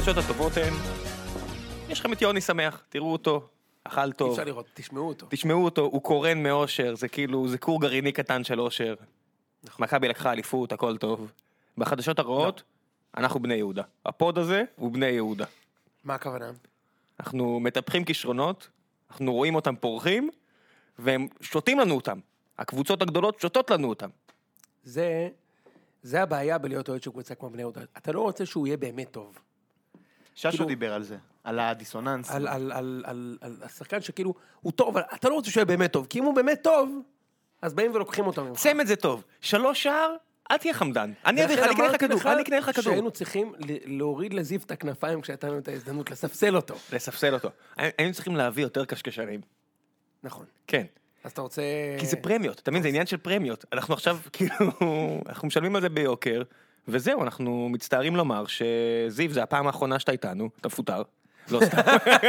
החדשות הטובות הן, יש לכם את יוני שמח, תראו אותו, אכל טוב. אפשר לראות, תשמעו אותו, הוא קורן מאושר, זה כאילו, זה קור גרעיני קטן של אושר. מכבי לקחה אליפות, הכל טוב. בחדשות הרעות, אנחנו בני יהודה. הפוד הזה הוא בני יהודה. מה הכוונה? אנחנו מטפחים כישרונות, אנחנו רואים אותם פורחים, והם שותים לנו אותם. הקבוצות הגדולות שותות לנו אותם. זה הבעיה בלהיות אוהד של קבוצה כמו בני יהודה. אתה לא רוצה שהוא יהיה באמת טוב. ששו דיבר על זה, על הדיסוננס. על השחקן שכאילו, הוא טוב, אבל אתה לא רוצה שהוא יהיה באמת טוב, כי אם הוא באמת טוב, אז באים ולוקחים אותו ממך. צמד זה טוב. 3 שער, אל תהיה חמדן. אני אקנה לך כדור. שהיינו צריכים להוריד לזיו את הכנפיים כשהייתה לנו את ההזדמנות, לספסל אותו. לספסל אותו. היינו צריכים להביא יותר קשקשנים. נכון. כן. אז אתה רוצה... כי זה פרמיות, אתה מבין, זה עניין של פרמיות. אנחנו עכשיו, כאילו, אנחנו משלמים על זה ביוקר, וזהו, אנחנו מצטערים לומר שזיו, זה הפעם האחרונה שאתה איתנו, אתה מפוטר. לא סתם.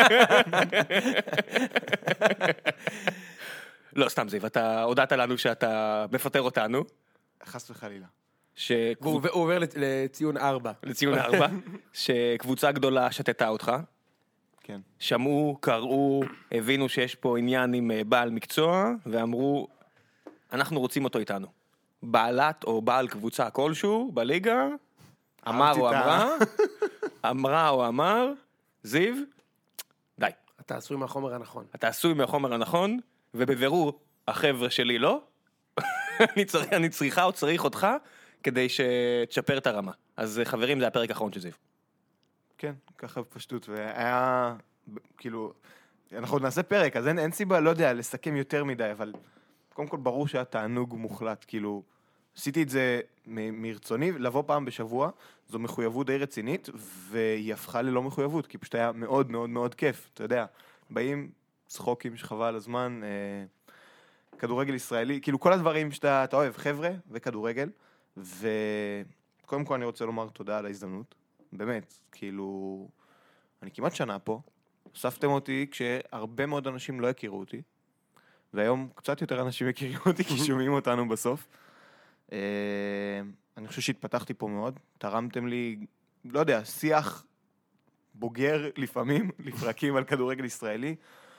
לא סתם זיו, אתה הודעת לנו שאתה מפטר אותנו. חס וחלילה. הוא עובר לציון 4. לציון 4, שקבוצה גדולה שתתה אותך. כן. שמעו, קראו, הבינו שיש פה עניין עם בעל מקצוע, ואמרו, אנחנו רוצים אותו איתנו. בעלת או בעל קבוצה כלשהו בליגה, אמר או אמרה, אמרה או אמר, זיו, די. אתה עשוי מהחומר הנכון. אתה עשוי מהחומר הנכון, ובבירור, החבר'ה שלי לא. אני צריכה או צריך אותך, כדי שתשפר את הרמה. אז חברים, זה הפרק האחרון של זיו. כן, ככה בפשטות, והיה, כאילו, אנחנו עוד נעשה פרק, אז אין סיבה, לא יודע, לסכם יותר מדי, אבל קודם כל ברור שהיה תענוג מוחלט, כאילו, עשיתי את זה מרצוני, לבוא פעם בשבוע, זו מחויבות די רצינית, והיא הפכה ללא מחויבות, כי פשוט היה מאוד מאוד מאוד כיף, אתה יודע, באים צחוקים שחבל על הזמן, כדורגל ישראלי, כאילו כל הדברים שאתה אוהב, חבר'ה וכדורגל, וקודם כל אני רוצה לומר תודה על ההזדמנות, באמת, כאילו, אני כמעט שנה פה, הוספתם אותי כשהרבה מאוד אנשים לא הכירו אותי, והיום קצת יותר אנשים הכירו אותי כי שומעים אותנו בסוף. אני חושב שהתפתחתי פה מאוד, תרמתם לי, לא יודע, שיח בוגר לפעמים, לפרקים על כדורגל ישראלי,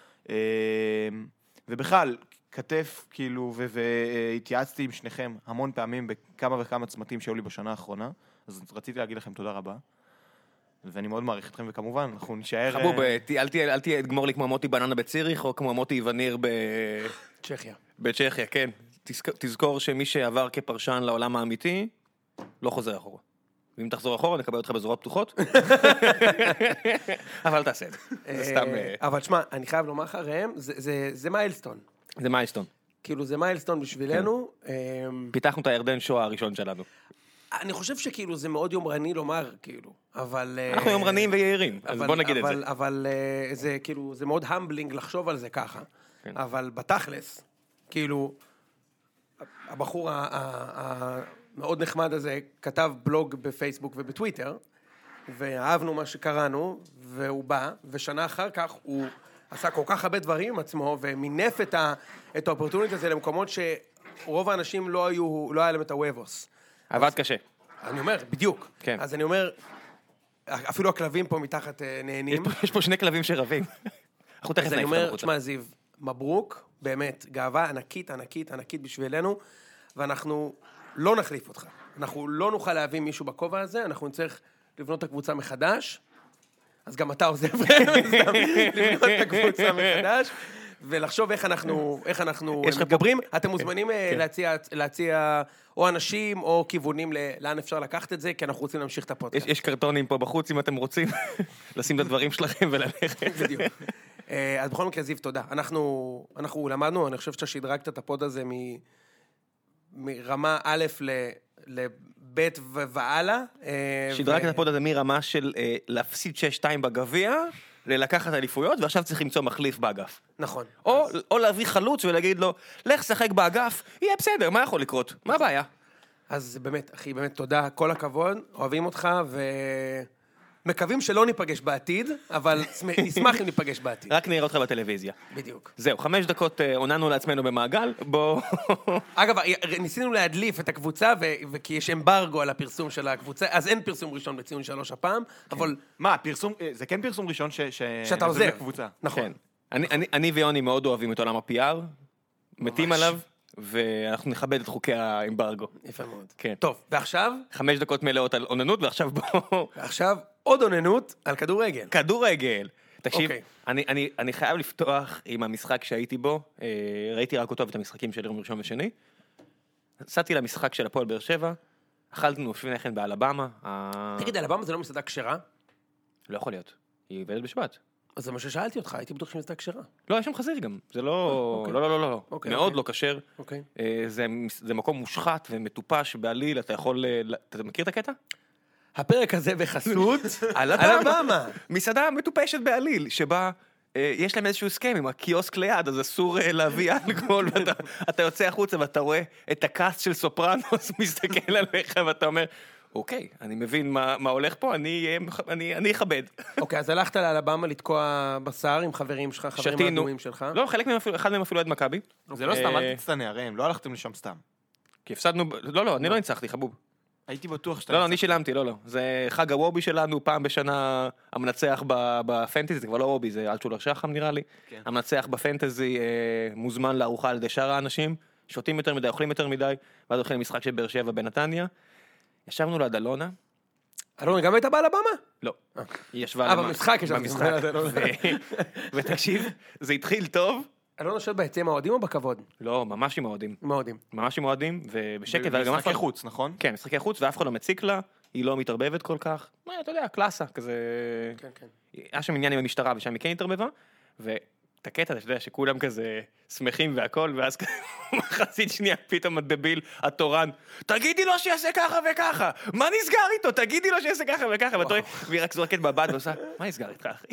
ובכלל, כתף כאילו, והתייעצתי עם שניכם המון פעמים בכמה וכמה צמתים שהיו לי בשנה האחרונה, אז רציתי להגיד לכם תודה רבה. ואני מאוד מעריך אתכם, וכמובן, אנחנו נשאר... חבוב, אל תגמור לי כמו מוטי בננה בציריך, או כמו מוטי איווניר צ'כיה. בצ'כיה, כן. תזכור שמי שעבר כפרשן לעולם האמיתי, לא חוזר אחורה. ואם תחזור אחורה, נקבל אותך בזרועות פתוחות. אבל תעשה את זה. זה סתם... אבל תשמע, אני חייב לומר לך, ראם, זה מיילסטון. זה מיילסטון. כאילו, זה מיילסטון בשבילנו. פיתחנו את הירדן שואה הראשון שלנו. אני חושב שכאילו זה מאוד יומרני לומר, כאילו, אבל... אנחנו יומרניים ויעירים, אז בוא נגיד את זה. אבל זה כאילו, זה מאוד המבלינג לחשוב על זה ככה. אבל בתכלס, כאילו, הבחור המאוד נחמד הזה כתב בלוג בפייסבוק ובטוויטר, ואהבנו מה שקראנו, והוא בא, ושנה אחר כך הוא עשה כל כך הרבה דברים עם עצמו, ומינף את האופורטונית הזה למקומות שרוב האנשים לא היה להם את הוובוס. עבד קשה. אני אומר, בדיוק. כן. אז אני אומר, אפילו הכלבים פה מתחת נהנים. יש פה 2 כלבים שרבים. אנחנו תכף אז אני נעיף אומר, אותם. תשמע זיו, מברוק, באמת, גאווה ענקית, ענקית, ענקית בשבילנו, ואנחנו לא נחליף אותך. אנחנו לא נוכל להביא מישהו בכובע הזה, אנחנו נצטרך לבנות את הקבוצה מחדש, אז גם אתה עוזב לבנות את הקבוצה מחדש, ולחשוב איך אנחנו מתגברים. אתם מוזמנים להציע או אנשים או כיוונים לאן אפשר לקחת את זה, כי אנחנו רוצים להמשיך את הפודקאסט. יש קרטונים פה בחוץ אם אתם רוצים לשים את הדברים שלכם וללכת. בדיוק. אז בכל מקרה, זיו, תודה. אנחנו למדנו, אני חושב ששדרגת את הפוד הזה מרמה א' לב' והלאה. שדרגת את הפוד הזה מרמה של להפסיד 6-2 בגביע, ללקחת אליפויות, ועכשיו צריך למצוא מחליף באגף. נכון. או להביא חלוץ ולהגיד לו, לך שחק באגף, יהיה בסדר, מה יכול לקרות? מה הבעיה? אז באמת, אחי, באמת תודה, כל הכבוד, אוהבים אותך, מקווים שלא ניפגש בעתיד, אבל נשמח אם ניפגש בעתיד. רק נראה אותך בטלוויזיה. בדיוק. זהו, 5 דקות עוננו לעצמנו במעגל, בוא... אגב, ניסינו להדליף את הקבוצה, וכי יש אמברגו על הפרסום של הקבוצה, אז אין פרסום ראשון בציון 3 הפעם, אבל... מה, פרסום, זה כן פרסום ראשון שאתה עוזב. קבוצה. נכון. אני ויוני מאוד אוהבים את עולם ה-PR, מתים עליו, ואנחנו נכבד את חוקי האמברגו. יפה מאוד. כן. טוב, ועכשיו? 5 דקות מלאות על עוננות, ועכשיו בוא... ועכשיו עוד עוננות על כדורגל. כדורגל. תקשיב, אוקיי. אני חייב לפתוח עם המשחק שהייתי בו, ראיתי רק אותו ואת המשחקים של יום ראשון ושני, נסעתי למשחק של הפועל באר שבע, אכלנו לפני כן באלבמה. תגיד, אלבמה זה לא מסעדה כשרה? לא יכול להיות, היא עובדת בשבת. אז זה מה ששאלתי אותך, הייתי בטוח שהיא מסעדה כשרה. לא, יש שם חזיר גם, זה לא, לא, מאוד לא כשר. אוקיי. זה מקום מושחת ומטופש בעליל, אתה יכול, אתה מכיר את הקטע? הפרק הזה בחסות על אלבמה. מסעדה מטופשת בעליל, שבה יש להם איזשהו הסכם עם הקיוסק ליד, אז אסור להביא אלכוהול, ואתה יוצא החוצה ואתה רואה את הקאסט של סופרנוס מסתכל עליך, ואתה אומר, אוקיי, אני מבין מה הולך פה, אני אכבד. אוקיי, אז הלכת לאלבמה לתקוע בשר עם חברים שלך, חברים האדומים שלך. לא, אחד מהם אפילו עד מכבי. זה לא סתם, אל תצטנע, ראם, לא הלכתם לשם סתם. כי הפסדנו, לא, אני לא ניצחתי, חבוב. הייתי בטוח שאתה... לא, אני שילמתי, לא. זה חג הוובי שלנו, פעם בשנה המנצח בפנטזי, זה כבר לא וובי, זה אלצ'ולר שחם נראה לי. המנצח בפנטזי מוזמן לארוחה על ידי שאר האנשים, שותים יותר מדי, אוכלים יותר מדי, ואז הולכים למשחק של באר שבע בנתניה. ישבנו ליד אלונה. אלונה גם הייתה באלבמה? לא. היא ישבה... במשחק ישבתי. ותקשיב, זה התחיל טוב. אלונה שואלת ביציעים האוהדים או בכבוד? לא, ממש עם האוהדים. עם האוהדים. ממש עם האוהדים, ובשקט. משחקי חוץ, נכון? כן, משחקי חוץ, ואף אחד לא מציק לה, היא לא מתערבבת כל כך. אתה יודע, קלאסה, כזה... כן, כן. היה שם עניין עם המשטרה, ושם היא כן התערבבה, ואת הקטע, אתה יודע, שכולם כזה שמחים והכל, ואז מחצית שנייה, פתאום הדביל, התורן, תגידי לו שיעשה ככה וככה, מה נסגר איתו? תגידי לו שיעשה ככה וככה, והיא רק זורקת בבד ועושה, מה נסגר איתך, אחי?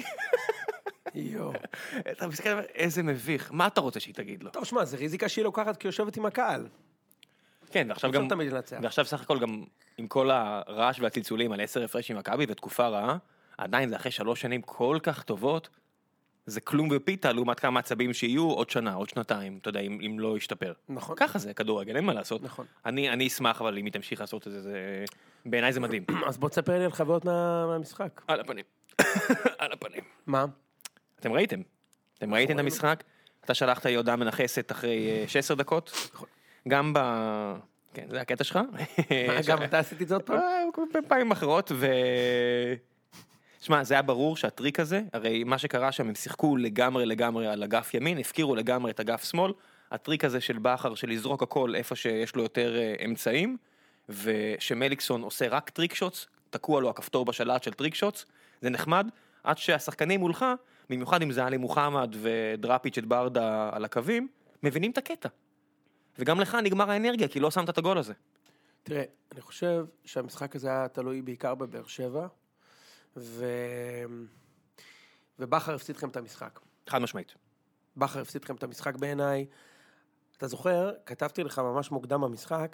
יו. אתה מסתכל, איזה מביך, מה אתה רוצה שהיא תגיד לו? טוב, שמע, זה ריזיקה שהיא לוקחת כי יושבת עם הקהל. כן, ועכשיו גם... תמיד לנצח. ועכשיו סך הכל גם עם כל הרעש והצלצולים על 10 הפרש עם מכבי ותקופה רעה, עדיין זה אחרי 3 שנים כל כך טובות, זה כלום ופיתה לעומת כמה עצבים שיהיו עוד שנה, עוד שנתיים, אתה יודע, אם לא ישתפר. נכון. ככה זה כדורגל, אין מה לעשות. נכון. אני אשמח, אבל אם היא תמשיך לעשות את זה, בעיניי זה מדהים. אז בוא תספר לי על חוויות מהמשחק. על הפנים. על הפנים. מה? אתם ראיתם? אתם ראיתם את המשחק? אתה שלחת לי הודעה מנחסת אחרי 16 דקות? גם ב... כן, זה הקטע שלך. גם אתה עשיתי את זה עוד פעם? פעמים אחרות, שמע, זה היה ברור שהטריק הזה, הרי מה שקרה שם, הם שיחקו לגמרי על אגף ימין, הפקירו לגמרי את אגף שמאל, הטריק הזה של בכר, של לזרוק הכל איפה שיש לו יותר אמצעים, ושמליקסון עושה רק טריק שוטס, תקוע לו הכפתור בשלט של טריק שוטס, זה נחמד, עד שהשחקנים מולך, במיוחד אם זה עלי מוחמד ודראפיץ' את ברדה על הקווים, מבינים את הקטע. וגם לך נגמר האנרגיה, כי לא שמת את הגול הזה. תראה, אני חושב שהמשחק הזה היה תלוי בעיקר בבאר שבע, ובכר הפסיד לכם את המשחק. חד משמעית. בכר הפסיד לכם את המשחק בעיניי. אתה זוכר, כתבתי לך ממש מוקדם במשחק,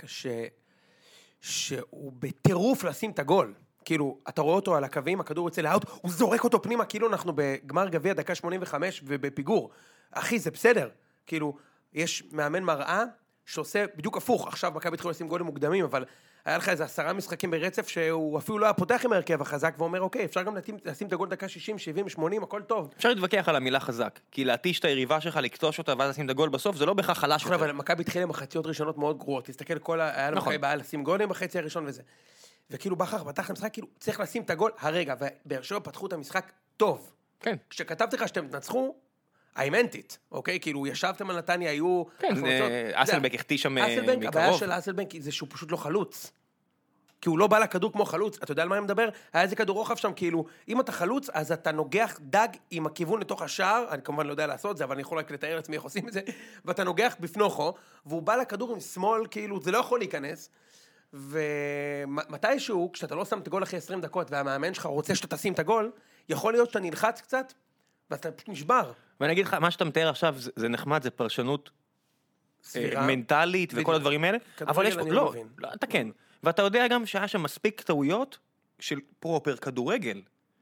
שהוא בטירוף לשים את הגול. כאילו, אתה רואה אותו על הקווים, הכדור יוצא לאוט, הוא זורק אותו פנימה, כאילו אנחנו בגמר גביע דקה 85 ובפיגור. אחי, זה בסדר. כאילו, יש מאמן מראה שעושה בדיוק הפוך. עכשיו מכבי התחילו לשים גולים מוקדמים, אבל היה לך איזה 10 משחקים ברצף שהוא אפילו לא היה פותח עם ההרכב החזק, ואומר, אוקיי, אפשר גם לשים את הגול דקה 60, 70, 80, הכל טוב. אפשר להתווכח על המילה חזק, כי להתיש את היריבה שלך, לקטוש אותה, ואז לשים את הגול בסוף, זה לא בכך חלש יותר. אבל מכבי התחילה עם מחציות ראשונות מאוד גרועות, תסתכל, היה לו מכבי בעיה לשים גולים בחצי הראשון וזה. וכאילו בכר פתח את המשחק, כאילו צריך לשים את הגול הרגע, ובאר שבע פתחו את המשחק טוב. כן. כשכתבתי לך שאתם תנצחו, I meant it, אוקיי? כאילו, ישבתם על נתניה, היו... כן, אסלבנק החטיא שם מקרוב. הבעיה של אסלבנק זה שהוא פשוט לא חלוץ. כי הוא לא בא לכדור כמו חלוץ. אתה יודע על מה אני מדבר? היה איזה כדור רוחב שם, כאילו, אם אתה חלוץ, אז אתה נוגח דג עם הכיוון לתוך השער, אני כמובן לא יודע לעשות את זה, אבל אני יכול רק לתאר לעצמי איך עושים את זה, ואתה נוגח בפנוחו, והוא בא לכדור עם שמאל, כאילו, זה לא יכול להיכנס, ומתישהו, כשאתה לא שם את הגול אחרי 20 דקות, והמאמן שלך רוצה שאתה תשים את הגול, יכול להיות שאתה נלחץ קצת, ואתה פשוט נשבר. ואני אגיד לך, מה שאתה מתאר עכשיו, זה נחמד, זה פרשנות מנטלית וכל הדברים האלה, אבל יש פה, לא, אתה כן. ואתה יודע גם שהיה שם מספיק טעויות של פרופר כדורגל.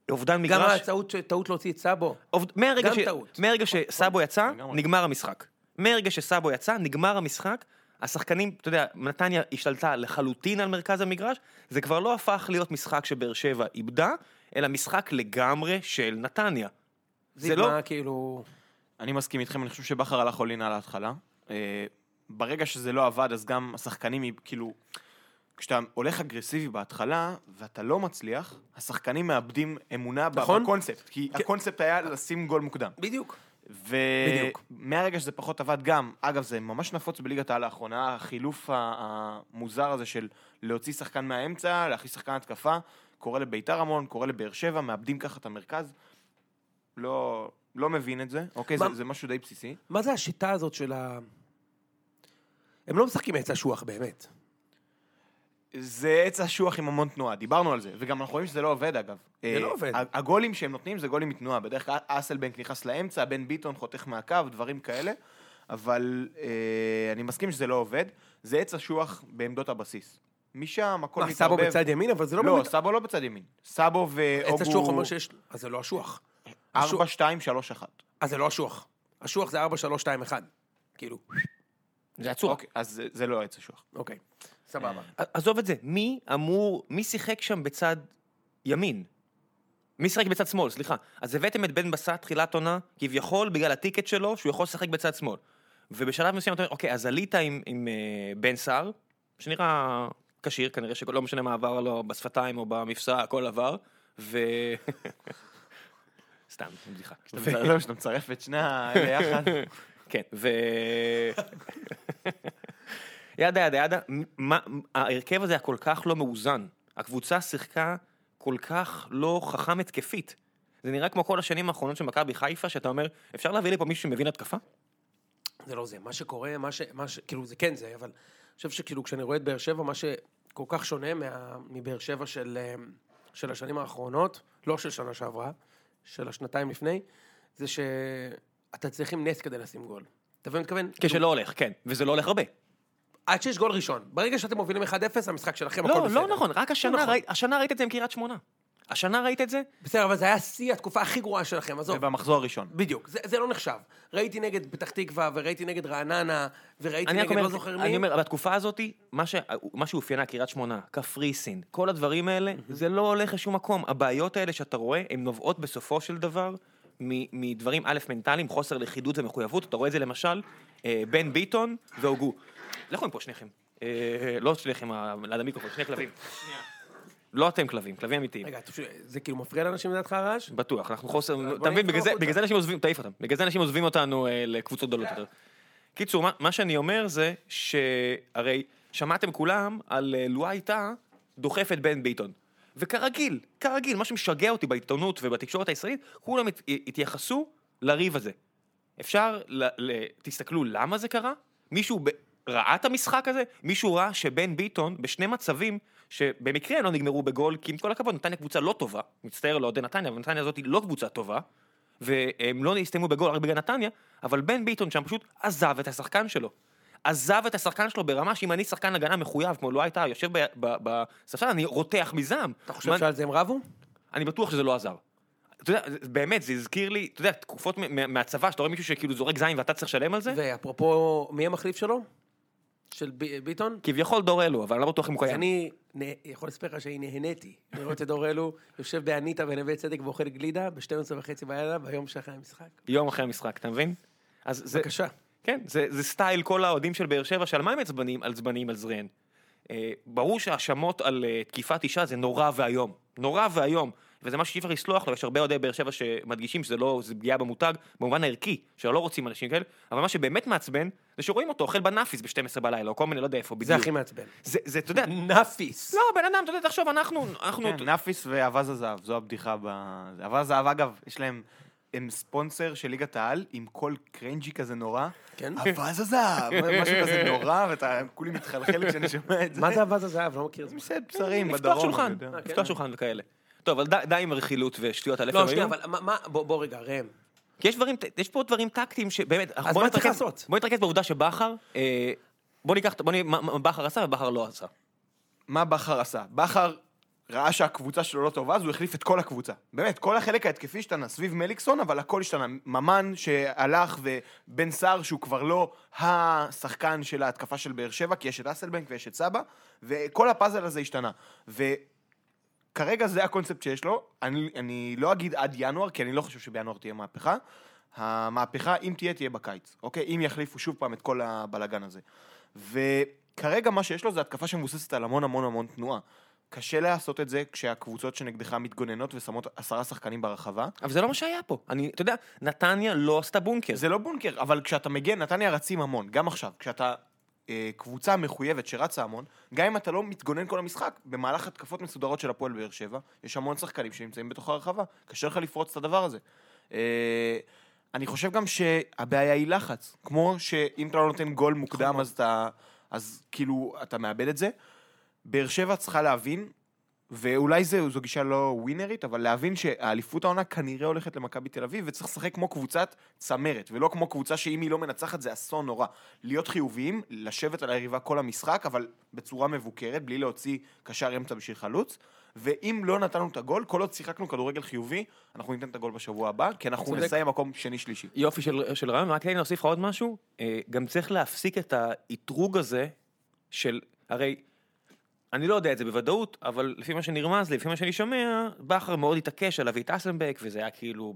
אובדן גם מגרש, הטעות להוציא את סאבו. מהרגע גם ש- טעות. מהרגע שסאבו יצא, לגמרי. נגמר המשחק. מהרגע שסאבו יצא, נגמר המשחק, השחקנים, אתה יודע, נתניה השתלטה לחלוטין על מרכז המגרש, זה כבר לא הפך להיות משחק שבאר שבע איבדה, אלא משחק לגמרי של נתניה. זה לא... מה כאילו... אני מסכים איתכם, אני חושב שבחר הלך עולין על ההתחלה. ברגע שזה לא עבד, אז גם השחקנים, כאילו, כשאתה הולך אגרסיבי בהתחלה, ואתה לא מצליח, השחקנים מאבדים אמונה נכון. בקונספט, כי הקונספט היה לשים גול מוקדם. בדיוק. בדיוק. ומהרגע שזה פחות עבד גם, אגב, זה ממש נפוץ בליגת העל האחרונה, החילוף המוזר הזה של להוציא שחקן מהאמצע, להכניס שחקן התקפה, קורא לביתר המון, קורא לבאר שבע, מאבדים ככה את המרכז. לא מבין את זה, אוקיי, זה משהו די בסיסי. מה זה השיטה הזאת של ה... הם לא משחקים עץ אשוח באמת. זה עץ אשוח עם המון תנועה, דיברנו על זה, וגם אנחנו רואים שזה לא עובד אגב. זה לא עובד. הגולים שהם נותנים זה גולים מתנועה, בדרך כלל אסלבנק נכנס לאמצע, בן ביטון חותך מהקו, דברים כאלה, אבל אני מסכים שזה לא עובד, זה עץ אשוח בעמדות הבסיס. משם הכל מתערבב. סאבו בצד ימין, אבל זה לא... לא, סאבו לא בצד ימין. סאבו ואוגו... עץ אשוח אומר שיש... אז זה לא אשוח. 4, 2, 3, 1. אז זה לא אשוח. אשוח זה 4, 3, 2, 1. כאילו. זה עצור. אוקיי, אז זה לא עץ אשוח. אוקיי. סבבה. עזוב את זה, מי שיחק שם בצד ימין? מי שיחק בצד שמאל, סליחה. אז הבאתם את בן בסט תחילת עונה, כביכול בגלל הטיקט שלו, שהוא יכול לשחק בצד שמאל. ובשלב מסוים אתה אומר, אוקיי, אז עלית עם בן סער, שנראה קשיר, כנראה שלא משנה מה עבר לו בשפתיים או במפסע, הכל עבר, סתם, בדיחה. לא, שאתה מצרף את שני האלה יחד. כן, ידה, ההרכב הזה היה כל כך לא מאוזן. הקבוצה שיחקה כל כך לא חכם התקפית. זה נראה כמו כל השנים האחרונות של מכבי חיפה, שאתה אומר, אפשר להביא לי פה מישהו שמבין התקפה? זה לא זה. מה שקורה, כאילו זה כן זה, אבל אני חושב שכאילו כשאני רואה את באר שבע, מה שכל כך שונה מבאר שבע של השנים האחרונות, לא של שנה שעברה, של השנתיים לפני, זה שאתה צריכים נס כדי לשים גול. אתה מבין מתכוון? כשלא הולך, כן, וזה לא הולך הרבה. עד שיש גול ראשון. ברגע שאתם מובילים 1-0, המשחק שלכם הכל בסדר. לא נכון, רק השנה ראית את זה עם קריית שמונה. השנה ראית את זה? בסדר, אבל זה היה שיא התקופה הכי גרועה שלכם, עזוב. ובמחזור הראשון. בדיוק, זה לא נחשב. ראיתי נגד פתח תקווה, וראיתי נגד רעננה, וראיתי אני נגד לא זוכר מי. אני אומר, בתקופה הזאת, מה שאופיינה קריית שמונה, קפריסין, כל הדברים האלה, זה לא הולך לשום מקום. הבעיות האלה שאתה רואה, הן נובעות בסופו של דבר, מדברים א' מנטליים, חוסר לכידות ומחויבות. אתה רואה את זה למשל, בן ביטון והוגו. לכו מפה שניכם. לא שניכם ליד המיקרופון, שני כלבים. לא אתם כלבים, כלבים אמיתיים. רגע, זה כאילו מפריע לאנשים לדעתך הרעש? בטוח, אנחנו חוסר, אתה מבין, בגלל זה אנשים עוזבים, תעיף אותם, בגלל זה אנשים עוזבים אותנו לקבוצות גדולות יותר. קיצור, מה שאני אומר זה, שהרי שמעתם כולם על לואי טאה דוחף את בן ביטון. וכרגיל, מה שמשגע אותי בעיתונות ובתקשורת הישראלית, כולם התייחסו לריב הזה. אפשר, תסתכלו למה זה קרה? מישהו ראה את המשחק הזה? מישהו ראה שבן ביטון בשני מצבים שבמקרה לא נגמרו בגול, כי עם כל הכבוד, נתניה קבוצה לא טובה, מצטער לאוהדי נתניה, אבל נתניה הזאת היא לא קבוצה טובה, והם לא נסתיימו בגול רק בגלל נתניה, אבל בן ביטון שם פשוט עזב את השחקן שלו. עזב את השחקן שלו ברמה שאם אני שחקן הגנה מחויב, כמו לא הייתה, יושב בספסל, אני רותח מזעם. אתה חושב שעל זה הם רבו? אני בטוח שזה לא עזר. אתה יודע, באמת, זה הזכיר לי, אתה יודע, תקופות מהצבא, שאתה רואה מישהו שכאילו זורק זין ואתה צריך לשלם על זה? ואפרופו, מי המחליף שלו? של ביטון? כביכול דור אלו, אבל אני לא בטוח אם הוא קיים. אני יכול לספר לך שאני נהניתי לראות את דור אלו, יושב באניטה בנווה צדק ואוכל גלידה ב-12:30 בערב, ביום שאחרי המשחק. יום אחרי המשחק, אתה מבין? בבקשה. כן, זה סטייל כל האוהדים של באר שבע, שעל מה הם עצבנים על זריאן? ברור שהאשמות על תקיפת אישה זה נורא והיום. נורא והיום. וזה משהו שאי אפשר לסלוח לו, יש הרבה אוהדי באר שבע שמדגישים שזה לא, זה פגיעה במותג, במובן הערכי, שלא רוצים אנשים כאלה, אבל מה שבאמת מעצבן, זה שרואים אותו אוכל בנאפיס ב-12 בלילה, או כל מיני, לא יודע איפה, בדיוק. זה הכי מעצבן. זה, אתה יודע... נאפיס. לא, בן אדם, אתה יודע, תחשוב, אנחנו... כן, נאפיס ואבז הזהב, זו הבדיחה אבז הזהב, אגב, יש להם... הם ספונסר של ליגת העל, עם קול קרנג'י כזה נורא. כן? אבז הזהב, משהו כזה נורא, ואתה כולי מתחלחל כשאני שומע את זה. מה זה אבז הזהב? לא מכיר את זה. מסעד בשרים לפתוח בדרום. שולחן, לפתוח שולחן וכאלה. טוב, אבל די עם רכילות ושטויות על לא, שנייה, אבל בוא רגע, ראם. כי יש פה דברים טקטיים שבאמת... אז מה צריך לעשות? בוא נתרכז בעובדה שבחר, בוא ניקח, מה בכר עשה ובכר לא עשה. מה בכר עשה? בכר ראה שהקבוצה שלו לא טובה, אז הוא החליף את כל הקבוצה. באמת, כל החלק ההתקפי השתנה סביב מליקסון, אבל הכל השתנה. ממן שהלך ובן סער שהוא כבר לא השחקן של ההתקפה של באר שבע, כי יש את אסלבנק ויש את סבא, וכל הפאזל הזה השתנה. וכרגע זה הקונספט שיש לו. אני לא אגיד עד ינואר, כי אני לא חושב שבינואר תהיה מהפכה. המהפכה, אם תהיה בקיץ, אוקיי? אם יחליפו שוב פעם את כל הבלגן הזה. וכרגע מה שיש לו זה התקפה שמבוססת על המון המון המון תנועה. קשה לעשות את זה כשהקבוצות שנגדך מתגוננות ושמות 10 שחקנים ברחבה. אבל זה לא מה שהיה פה. אתה יודע, נתניה לא עשתה בונקר. זה לא בונקר, אבל כשאתה מגן, נתניה רצים המון, גם עכשיו. כשאתה קבוצה מחויבת שרצה המון, גם אם אתה לא מתגונן כל המשחק, במהלך התקפות מסודרות של הפועל באר שבע, יש המון שחקנים שנמצאים בתוך הרחבה. קשה לך לפרוץ את הדבר הזה. אני חושב גם שהבעיה היא לחץ. כמו שאם אתה לא נותן גול מוקדם, אז כאילו אתה מאבד את זה. באר שבע צריכה להבין, ואולי זו גישה לא ווינרית, אבל להבין שהאליפות העונה כנראה הולכת למכבי תל אביב, וצריך לשחק כמו קבוצת צמרת, ולא כמו קבוצה שאם היא לא מנצחת זה אסון נורא. להיות חיוביים, לשבת על היריבה כל המשחק, אבל בצורה מבוקרת, בלי להוציא קשר אמצע בשביל חלוץ, ואם לא נתנו את הגול, כל עוד שיחקנו כדורגל חיובי, אנחנו ניתן את הגול בשבוע הבא, כי אנחנו נסיים מקום שני-שלישי. יופי של רעיון, רק כדי להוסיף לך עוד משהו, גם צריך להפסיק את האתרוג הזה של, הרי אני לא יודע את זה בוודאות, אבל לפי מה שנרמז לי, לפי מה שאני שומע, בכר מאוד התעקש על להביא את אסלנבק, וזה היה כאילו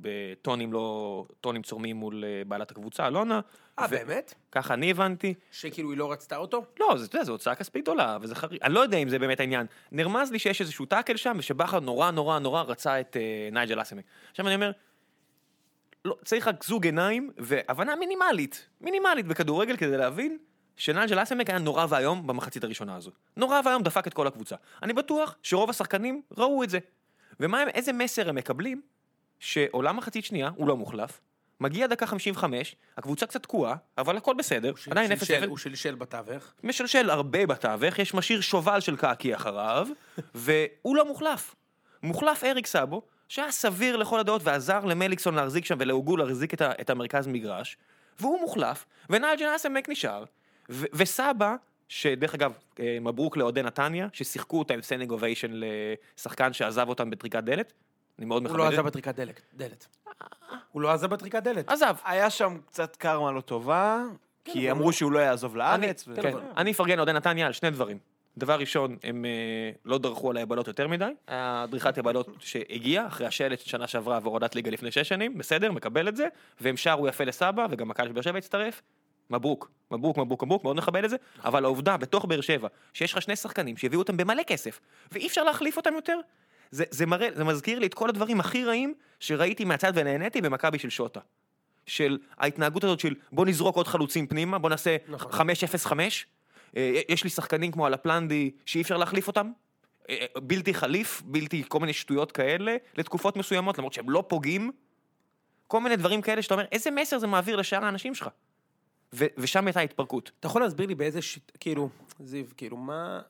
טונים צורמים מול בעלת הקבוצה, אלונה. באמת? ככה אני הבנתי. שכאילו היא לא רצתה אותו? לא, זה הוצאה כספית גדולה, וזה חריג. אני לא יודע אם זה באמת העניין. נרמז לי שיש איזשהו טאקל שם, ושבכר נורא נורא נורא רצה את נייג'ל אסלנבק. עכשיו אני אומר, לא, צריך רק זוג עיניים, והבנה מינימלית בכדורגל כדי להבין, שנייג'ל אסלנבק היה נורא והיום במחצית הראשונה הזו. נורא והיום דפק את כל הקבוצה. אני בטוח שרוב השחקנים ראו את זה. איזה מסר הם מקבלים? שעולם מחצית שנייה, הוא לא מוחלף, מגיע דקה 55, הקבוצה קצת תקועה, אבל הכל בסדר. עדיין 0-0. הוא שלשל בתווך. משלשל הרבה בתווך, יש משאיר שובל של קעקי אחריו, והוא לא מוחלף. מוחלף אריק סאבו, שהיה סביר לכל הדעות ועזר למליקסון להחזיק שם ולאוגול להחזיק את המרכז מגרש, והוא מוחלף, ונייג'ל אסלנבק נשאר. וסבא, שדרך אגב, מברוק לאוהדי נתניה, ששיחקו אותה עם סטנדינג אוביישן לשחקן שעזב אותם בטריקת דלת. אני מאוד מכבד. הוא לא עזב בטריקת דלת. הוא לא עזב בטריקת דלת. עזב. היה שם קצת קרמה לא טובה, כי אמרו שהוא לא יעזוב לארץ. אני אפרגן לאוהדי נתניה על שני דברים. דבר ראשון, הם לא דרכו על היבלות יותר מדי. הדריכת היבלות שהגיעה אחרי השלט שנה שעברה והורדת ליגה לפני 6 שנים, בסדר, מקבל את זה, והם שרו יפה לסבא, וגם הקהל של באר שבע הצטרף. מברוק, מאוד נכבד את זה, אבל העובדה בתוך באר שבע, שיש לך 2 שחקנים שהביאו אותם במלא כסף, ואי אפשר להחליף אותם יותר, זה מזכיר לי את כל הדברים הכי רעים שראיתי מהצד ונהניתי במכבי של שוטה. של ההתנהגות הזאת של בוא נזרוק עוד חלוצים פנימה, בוא נעשה 5-0-5, יש לי שחקנים כמו הלפלנדי שאי אפשר להחליף אותם, בלתי חליף, בלתי כל מיני שטויות כאלה, לתקופות מסוימות, למרות שהם לא פוגעים, כל מיני דברים כאלה שאתה אומר, איזה מסר זה מעביר לשאר האנשים שלך? ושם הייתה התפרקות. אתה יכול להסביר לי באיזה כאילו, זיו, כאילו, מה...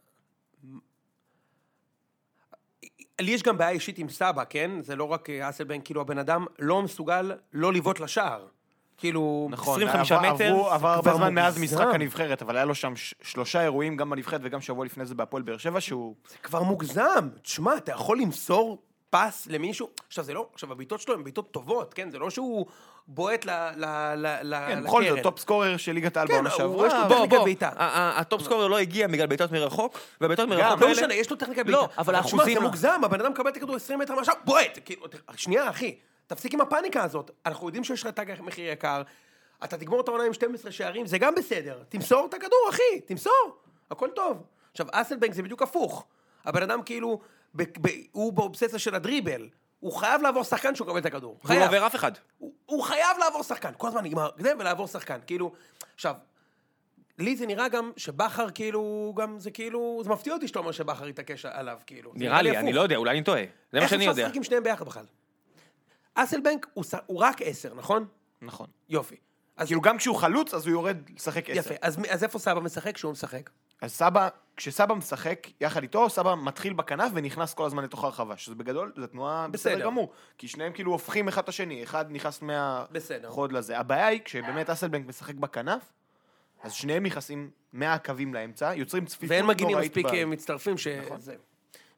לי יש גם בעיה אישית עם סבא, כן? זה לא רק אסלבנק, כאילו, הבן אדם לא מסוגל לא לבעוט לשער. כאילו, נכון, 25 מטר. עבר הרבה זמן מאז משחק הנבחרת, אבל היה לו שם 3 אירועים, גם בנבחרת וגם שבוע לפני זה בהפועל באר שבע, שהוא... זה כבר מוגזם. תשמע, אתה יכול למסור פס למישהו? עכשיו, זה לא... עכשיו, הביטות שלו הן ביטות טובות, כן? זה לא שהוא בועט לקרן. כן, בכל זאת, טופ סקורר של ליגת העל בעונה שעברה. יש לו טכניקה בעיטה. הטופ סקורר לא הגיע בגלל בעיטות מרחוק, והבעיטות מרחוק האלה... לא משנה, יש לו טכניקה בעיטה. לא, אבל האחוזים... האחוזים... זה מוגזם, הבן אדם מקבל את הכדור 20 מטר מהשאר, בועט! שנייה, אחי, תפסיק עם הפאניקה הזאת. אנחנו יודעים שיש לך תג מחיר יקר, אתה תגמור את העונה עם 12 שערים, זה גם בסדר. תמסור את הכדור, אחי, תמסור. הכל טוב. עכשיו, אסלבנק זה בדיוק הפוך. הבן אדם כאילו, הוא באובססיה של הדריבל. הוא חייב לעבור שחקן שהוא קבל את הכדור. הוא לא עובר אף אחד. הוא חייב לעבור שחקן. כל הזמן נגמר, ולעבור שחקן. כאילו, עכשיו, לי זה נראה גם שבחר כאילו, גם זה כאילו, זה מפתיע אותי שאתה אומר שבחר יתעקש עליו, כאילו. נראה לי, אני לא יודע, אולי אני טועה. זה מה שאני יודע. איך אפשר לשחק עם שניהם ביחד בכלל? אסלבנק הוא רק 10, נכון? נכון. יופי. כאילו גם כשהוא חלוץ, אז הוא יורד לשחק 10. יפה, אז איפה סבא משחק כשהוא משחק? אז סבא, כשסבא משחק יחד איתו, סבא מתחיל בכנף ונכנס כל הזמן לתוך הרחבה, שזה בגדול, זו תנועה בסדר גמור, כי שניהם כאילו הופכים אחד את השני, אחד נכנס מהחוד לזה. הבעיה היא, כשבאמת אסלבנק משחק בכנף, אז שניהם נכנסים מהקווים לאמצע, יוצרים צפיפות ואין נוראית. מגינים מספיק מצטרפים שזה...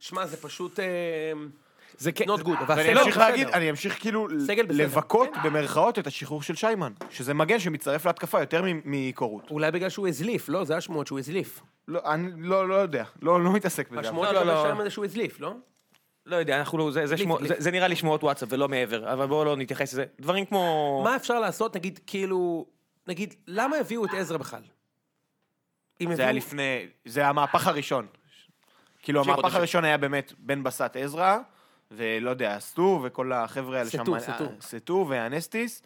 שמע, זה פשוט... זה not good, אבל ואני הסגל אמשיך להגיד, בסדר. אני אמשיך כאילו סגל בסדר. לבכות במרכאות את השחרור של שיימן, שזה מגן שמצטרף להתקפה יותר מקורות. אולי בגלל שהוא הזליף, לא? זה השמועות שהוא הזליף. לא, אני לא יודע, לא מתעסק בזה. השמועות לא, של לא. השם הזה שהוא הזליף, לא? לא יודע, אנחנו לא, זה נראה לי שמועות וואטסאפ ולא מעבר, אבל בואו לא נתייחס לזה. דברים כמו... מה אפשר לעשות, נגיד, כאילו... נגיד, למה הביאו את עזרא בכלל? זה היה לפני, זה המהפך הראשון. כאילו המהפך הראשון היה באמת בן בסט עזרא, ולא יודע, סטו וכל החבר'ה האלה שם, סטו והנסטיס,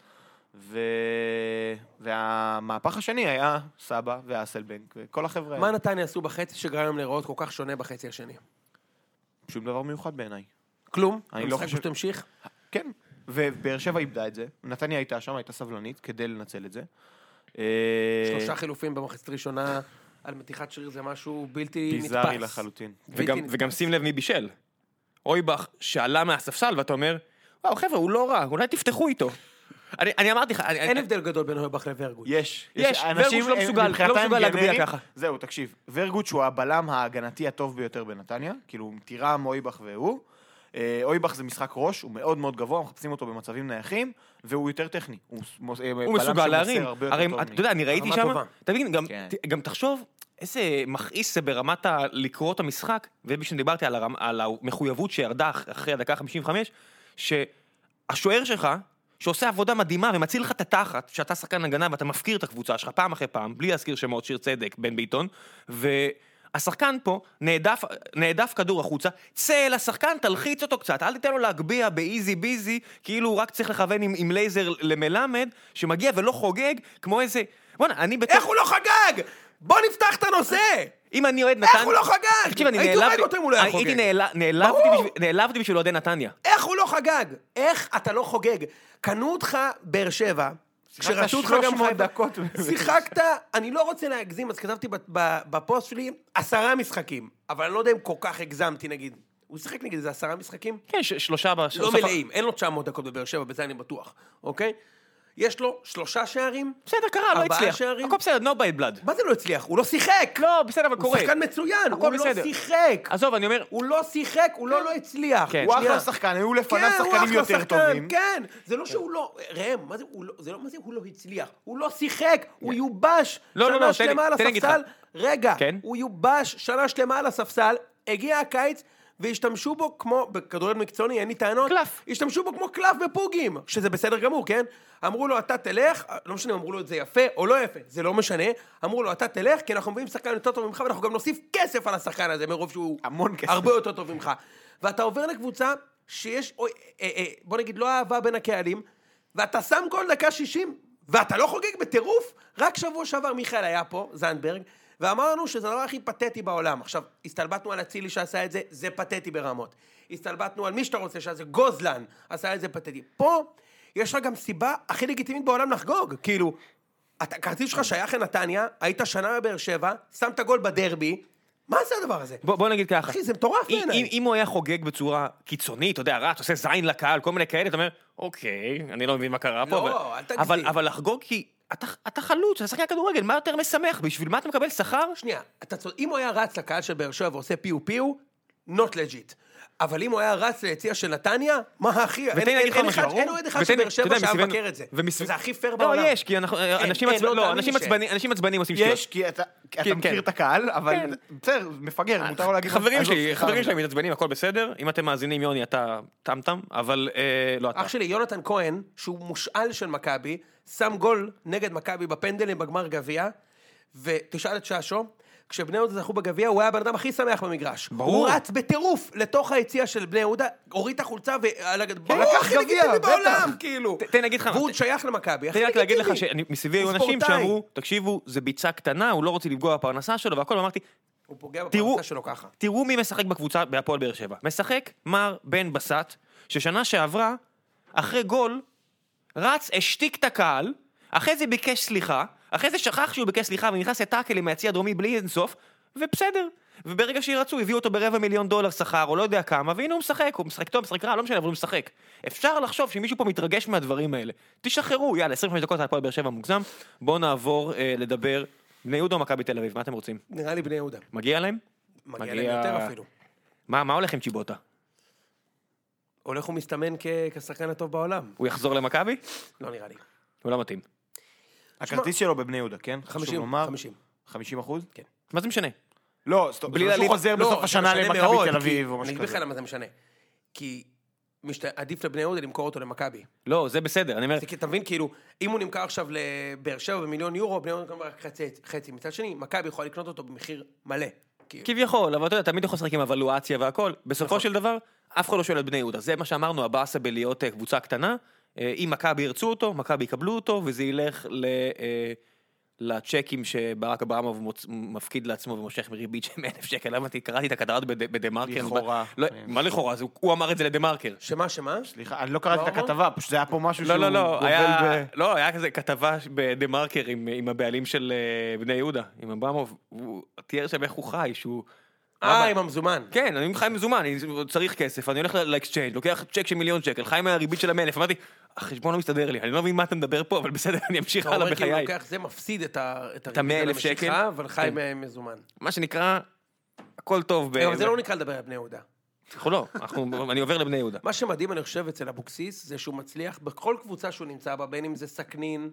והמהפך השני היה סבא ואסלבנק, וכל החבר'ה האלה. מה נתניה עשו בחצי שגרם להם להיראות כל כך שונה בחצי השני? שום דבר מיוחד בעיניי. כלום? אני לא המשחק חושב- פשוט המשיך? כן, ובאר שבע איבדה את זה, נתניה הייתה שם, הייתה סבלנית כדי לנצל את זה. 3 חילופים במחצית ראשונה על מתיחת שריר זה משהו בלתי נתפס. ביזארי לחלוטין. וגם שים לב מי בישל. אויבך שעלה מהספסל ואתה אומר, וואו חבר'ה, הוא לא רע, אולי תפתחו איתו. אני אמרתי לך, אין הבדל גדול בין אויבך לוורגוט. יש, אנשים, ורגוט לא מסוגל, מבחינתם לא מסוגל להגביה גנרי- ככה. זהו, תקשיב, ורגוט שהוא הבלם ההגנתי הטוב ביותר בנתניה, כאילו טירם, אויבך והוא. אויבך זה משחק ראש, הוא מאוד מאוד גבוה, מחפשים אותו במצבים נייחים, והוא יותר טכני. הוא הוא מסוגל להרים. הרי טוב אתה יודע, אני ראיתי רמה שם, טובה. תבין, כן. גם תחשוב איזה מכעיס זה ברמת לקרוא את המשחק, ובשביל דיברתי על המחויבות שירדה אחרי הדקה 55, שהשוער שלך, שעושה עבודה מדהימה ומציל לך את התחת, שאתה שחקן הגנה ואתה מפקיר את הקבוצה שלך פעם אחרי פעם, בלי להזכיר שמות, שיר צדק, בן ביטון, והשחקן פה נעדף כדור החוצה, צא לשחקן, תלחיץ אותו קצת, אל תיתן לו להגביה באיזי ביזי, כאילו הוא רק צריך לכוון עם לייזר למלמד, שמגיע ולא חוגג, כמו איזה... בוא'נה, אני איך הוא לא חגג? בוא נפתח את הנושא! אם אני אוהד נתניה... איך הוא לא חגג? תקשיב, אני הייתי הורג אותו אם הוא לא היה חוגג. נעלבתי בשביל אוהדי נתניה. איך הוא לא חגג? איך אתה לא חוגג? קנו אותך באר שבע, כשרצו אותך גם 300 חיפה, דקות. שיחקת, אני לא רוצה להגזים, אז כתבתי בפוסט שלי 10 משחקים, אבל אני לא יודע אם כל כך הגזמתי נגיד. הוא שיחק נגיד איזה 10 משחקים? כן, שלושה... לא מלאים, אין לו 900 דקות בבאר שבע, בזה אני בטוח, אוקיי? יש לו 3 שערים, בסדר, קרה, לא 4 הצליח. שערים. הכל בסדר, no bad blood. מה זה לא הצליח? הוא לא שיחק! לא, בסדר, אבל הוא קורה. שחקן מצוין, הכל הוא לא בסדר. שיחק! עזוב, אני אומר... הוא לא שיחק, הוא לא הצליח. כן. הוא שנייה. אחלה שחקן, היו לפניו כן, הוא שחקנים אחלה יותר שחקן, טובים. כן, זה לא שהוא לא, ראם, מה זה הוא לא הצליח, הוא לא שיחק, הוא יובש לא, שנה תן לי- שלמה על תן לי להגיד הספסל, לך. רגע, כן. הוא יובש שנה שלמה על הספסל, הגיע הקיץ, והשתמשו בו כמו, בכדורגל מקצועני, אין לי טענות, קלף. השתמשו בו כמו קלף בפוגים, שזה בסדר גמור, כן? אמרו לו, אתה תלך, לא משנה, אמרו לו את זה יפה או לא יפה, זה לא משנה, אמרו לו, אתה תלך, כי אנחנו מביאים שחקן יותר טוב ממך, ואנחנו גם נוסיף כסף על השחקן הזה, מרוב שהוא המון כסף. הרבה יותר טוב ממך. ואתה עובר לקבוצה שיש, בוא נגיד, לא אהבה בין הקהלים, ואתה שם כל דקה 60, ואתה לא חוגג בטירוף, רק שבוע שעבר מיכאל היה פה, זנדברג, ואמר לנו שזה הדבר הכי פתטי בעולם. עכשיו, הסתלבטנו על הצילי שעשה את זה, זה פתטי ברמות. הסתלבטנו על מי שאתה רוצה שעשה, גוזלן עשה את זה פתטי. פה יש לך גם סיבה הכי לגיטימית בעולם לחגוג. כאילו, הכרטיס שלך שייך לנתניה, היית שנה בבאר שבע, שמת גול בדרבי, מה זה הדבר הזה? בוא נגיד ככה. אחי, זה מטורף בעיניי. אם הוא היה חוגג בצורה קיצונית, אתה יודע, רץ, עושה זין לקהל, כל מיני כאלה, אתה אומר, אוקיי, אני לא מבין מה קרה פה. לא, אל תגזים. אבל לחגוג כי אתה חלוץ, אתה שחקן כדורגל, מה יותר משמח? בשביל מה אתה מקבל שכר? שנייה, אם הוא היה רץ לקהל של באר שבע ועושה פיו פיו, not legit. אבל אם הוא היה רץ ליציע של נתניה, מה הכי? ותן לי להגיד לך משהו. אין אוהד אחד של באר שבע שהיה מבקר את זה. וזה הכי פייר בעולם. לא, יש, כי אנשים עצבנים עושים שטויות. יש, כי אתה כן. מכיר את הקהל, אבל כן. בסדר, מפגר, מותר לו להגיד... חברים עזוב, שלי מתעצבנים, הכל בסדר. אם אתם מאזינים, יוני, אתה טמטם, אבל לא אתה. אח שלי, יונתן כהן, שהוא מושאל של מכבי, שם גול נגד מכבי בפנדלים בגמר גביע, ותשאל את ששו, כשבני יהודה זכו בגביע, הוא היה הבן אדם הכי שמח במגרש. ברור. הוא רץ בטירוף לתוך היציאה של בני יהודה, הוריד את החולצה לקח הכי גביע, לגיטימי בטח. בעולם, כאילו. תן להגיד לך, והוא שייך למכבי, הכי תן רק להגיד לך לגיטימי. שמסביבי היו הוא אנשים ספורטאי. שאמרו, תקשיבו, זה ביצה קטנה, הוא לא רוצה לפגוע בפרנסה שלו והכל, ואמרתי, הוא פוגע תראו- בפרנסה שלו ככה. תראו מי משחק בקבוצה בהפועל באר שבע. משחק מר בן בסט, ששנה שעברה, אחרי גול, רץ, השתיק את הקהל, אחרי זה ביקש סליחה, אחרי זה שכח שהוא ביקש סליחה, ונכנס לטאקל עם היציע הדרומי בלי אינסוף, ובסדר. וברגע שירצו, הביאו אותו $250,000 שכר, או לא יודע כמה, והנה הוא משחק, הוא משחק טוב, משחק רע, לא משנה, אבל הוא משחק. אפשר לחשוב שמישהו פה מתרגש מהדברים האלה. תשחררו, יאללה, 25 דקות על הפועל באר שבע מוגזם, בואו נעבור לדבר בני יהודה או מכבי תל אביב, מה אתם רוצים? נראה לי בני יהודה. מגיע להם? מגיע להם יותר אפילו. מה הולך עם צ'יבוטה? הולך ומסתמן כשחקן הטוב בעולם. הוא יחזור למכבי? לא נראה לי. הוא לא מתאים. הכרטיס שלו בבני יהודה, כן? 50. 50%? כן. מה זה משנה? לא, בלי שהוא חוזר בסוף השנה למכבי תל אביב או אני משהו אגיד לך כזה. למה זה משנה. כי עדיף לבני יהודה למכור אותו למכבי. לא, זה בסדר, אני אומר... זה כי אתה מבין, כאילו, אם הוא נמכר עכשיו לבאר שבע ב1,000,000 יורו, בני יהודה נמכר רק חצי. מצד שני, מכבי יכולה לקנות אותו במחיר מלא. כביכול, אבל אתה יודע, תמיד יכול לשחק עם אבלואציה והכל. בסופו של דבר, אף אחד לא שואל את בני יהודה. זה מה שאמרנו, הבאסה בלהיות קבוצה קטנה. אם מכבי ירצו אותו, מכבי יקבלו אותו, וזה ילך לצ'קים שברק אברמוב מפקיד לעצמו ומושך מריבית של 1,000 שקל. למה קראתי את הכתבות בדה-מרקר? לכאורה. מה לכאורה? הוא אמר את זה לדה-מרקר. שמה? סליחה, אני לא קראתי את הכתבה, פשוט זה היה פה משהו שהוא לא, היה כזה כתבה בדה-מרקר עם הבעלים של בני יהודה, עם אברמוב, הוא תיאר שם איך הוא חי, שהוא... עם המזומן. כן, אני חי מזומן, אני צריך כסף, אני הולך לאקסצ'יינג, לוקח צ'ק של 1,000,000 שקל, חי מהריבית של 1,000, אמרתי, החשבון לא מסתדר לי, אני לא מבין מה אתה מדבר פה, אבל בסדר, אני אמשיך הלאה בחיי. הוא לוקח, זה מפסיד את הריבית 100,000 שקל, אבל חי מזומן. מה שנקרא, הכל טוב. אבל זה לא נקרא לדבר על בני יהודה. אנחנו לא, אני עובר לבני יהודה. מה שמדהים, אני חושב, אצל אבוקסיס, זה שהוא מצליח בכל קבוצה שהוא נמצא בה, בין אם זה סכנין,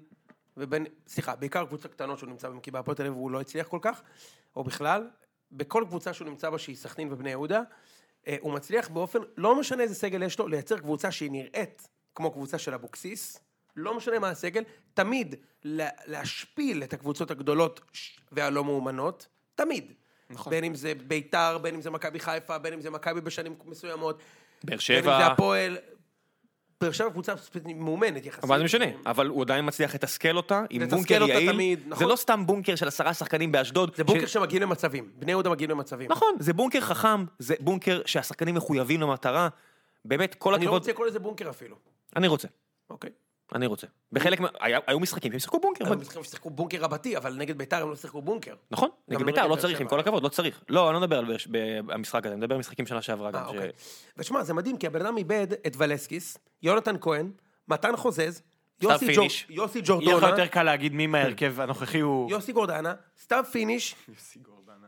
בעיקר קבוצה קטנות שהוא נמצא בה, כי בהפועל תל אביב הוא לא הצליח כל כך, או בכלל, בכל קבוצה שהוא נמצא בה, שהיא סכנין ובני יהודה, הוא מצליח באופן, לא משנה איזה סגל יש לו, לייצר קבוצה שהיא נראית כמו קבוצה של אבוקסיס, לא משנה מה הסגל, תמיד להשפיל את הקבוצות הגדולות והלא מאומנות, תמיד. נכון. בין אם זה ביתר, בין אם זה מכבי חיפה, בין אם זה מכבי בשנים מסוימות, באר בין אם שבע. זה הפועל, באר שבע קבוצה מאומנת יחסית. אבל זה משנה, אבל הוא עדיין מצליח לתסכל אותה, עם לתסכל בונקר אותה יעיל, תמיד, זה נכון. לא סתם בונקר של 10 שחקנים באשדוד. זה בונקר שמגיעים למצבים, בני יהודה מגיעים למצבים. נכון, זה בונקר חכם, זה בונקר שהשחקנים מחויבים למטרה, באמת כל אני לא הכבוד. רוצה לקרוא לזה בונקר אפילו. אני רוצה, אוקיי. אני רוצה. בחלק, היו משחקים שהם שיחקו בונקר. הם שיחקו בונקר רבתי, אבל נגד ביתר הם לא שיחקו בונקר. נכון, גם נגד לא ביתר נגד לא באר צריך, שבע. עם כל הכבוד, לא צריך. לא, אני לא מדבר על המשחק הזה, אני מדבר על משחקים שנה שעברה גם. אוקיי. ושמע, זה מדהים, כי הבן אדם איבד את ולסקיס, יונתן כהן, מתן חוזז, פיניש. יוסי יהיה לך ג'ורדונה, יותר קל להגיד מי מההרכב הנוכחי הוא... יוסי גורדנה, סתיו פיניש, יוסי גורדנה.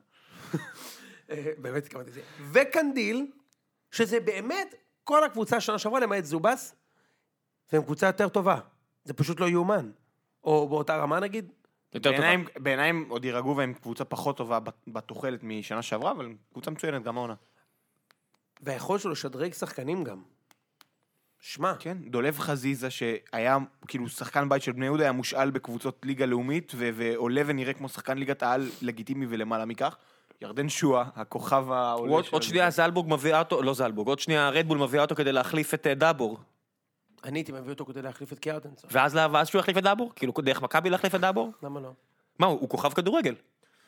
באמת התכוונתי לזה, וקנדיל, שזה באמת כל הקבוצה שנה שעברה למעט זובס, והם קבוצה יותר טובה. זה פשוט לא יאומן. או באותה רמה נגיד. יותר טובה. בעיניי הם עוד יירגעו והם קבוצה פחות טובה בתוחלת משנה שעברה, אבל קבוצה מצוינת גם העונה. והיכול שלו לשדרג שחקנים גם. שמע. כן, דולב חזיזה שהיה כאילו שחקן בית של בני יהודה, היה מושאל בקבוצות ליגה לאומית, ועולה ונראה כמו שחקן ליגת העל לגיטימי ולמעלה מכך. ירדן שואה, הכוכב העולה עוד שנייה זלבורג מביאה אותו, לא זלבורג, עוד שנייה רדבול מביאה אותו כדי להחליף את דאבור. אני הייתי מביא אותו כדי להחליף את קיארטנסון. ואז שהוא יחליף את דאבור? כאילו דרך מכבי להחליף את דאבור? למה לא? מה, הוא כוכב כדורגל.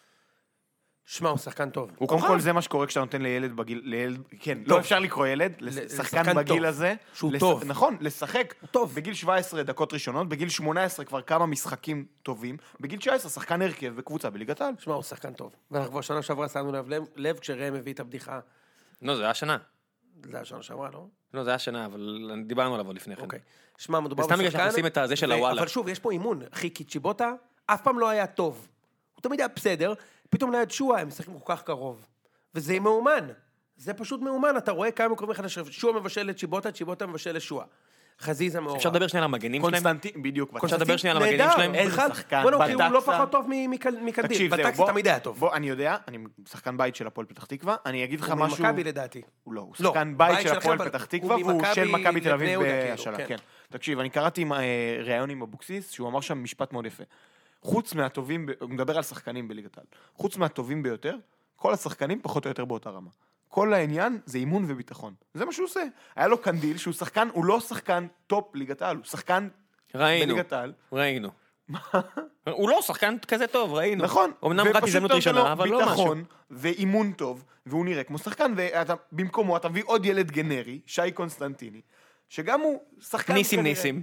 שמע, הוא שחקן טוב. הוא קודם כוכב. כל זה מה שקורה כשאתה נותן לילד בגיל, כן, לא אפשר לקרוא ילד, לשחקן לשחקן בגיל טוב. הזה, שהוא טוב. נכון, לשחק טוב. בגיל 17 דקות ראשונות, בגיל 18 כבר כמה משחקים טובים, בגיל 19 שחקן הרכב בקבוצה בליגת העל. שמע, הוא שחקן טוב. ואנחנו כבר שנה שעברה שמנו לב כשראם הביא את הבדיחה. לא, זה היה שנה. זה היה שנה שעברה, לא? לא, זה היה שנה, אבל דיברנו עליו עוד לפני כן. אוקיי. שמע, מדובר וסתם בגלל שאנחנו עושים את הזה של הוואלה. אבל שוב, יש פה אימון. אחי, כי צ'יבוטה אף פעם לא היה טוב. הוא תמיד היה בסדר, פתאום ליד שואה הם משחקים כל כך קרוב. וזה מאומן. זה פשוט מאומן. אתה רואה כמה מקומים מחדש. שואה מבשל לצ'יבוטה, צ'יבוטה מבשל לשואה. חזיזה מעורב. אפשר לדבר שנייה על המגנים שלהם? קונסטנטין, בדיוק. אפשר לדבר שנייה על המגנים שלהם? איזה שחקן, בוא נגיד, הוא לא בטקסה. פחות טוב מקנדיל. תקשיב, זהו, בטקסה תמיד היה טוב. בוא, אני יודע, אני שחקן בית של הפועל פתח תקווה, אני אגיד לך הוא משהו... ממכבי לדעתי. הוא לא, הוא לא, שחקן בית של שלכם, הפועל אבל פתח הוא תקווה, והוא ממכבי של מכבי תל לבני אביב יהודה, כאילו, בהשאלה, כן. כן. תקשיב, אני קראתי ראיון עם אבוקסיס, שהוא אמר שם משפט מאוד יפה. חוץ מהטובים, הוא מדבר על שחקנים בליגת העל, חוץ מהטובים ביותר, כל השחקנים פחות או יותר באותה רמה. כל העניין זה אימון וביטחון. זה מה שהוא עושה. היה לו קנדיל שהוא שחקן, הוא לא שחקן טופ ליגת העל, הוא שחקן בליגת העל. ראינו. הוא לא שחקן כזה טוב, ראינו. נכון. אמנם רק הזדמנות ראשונה, אבל לא משהו. ביטחון ואימון טוב, והוא נראה כמו שחקן, ובמקומו אתה מביא עוד ילד גנרי, שי קונסטנטיני, שגם הוא שחקן ניסים.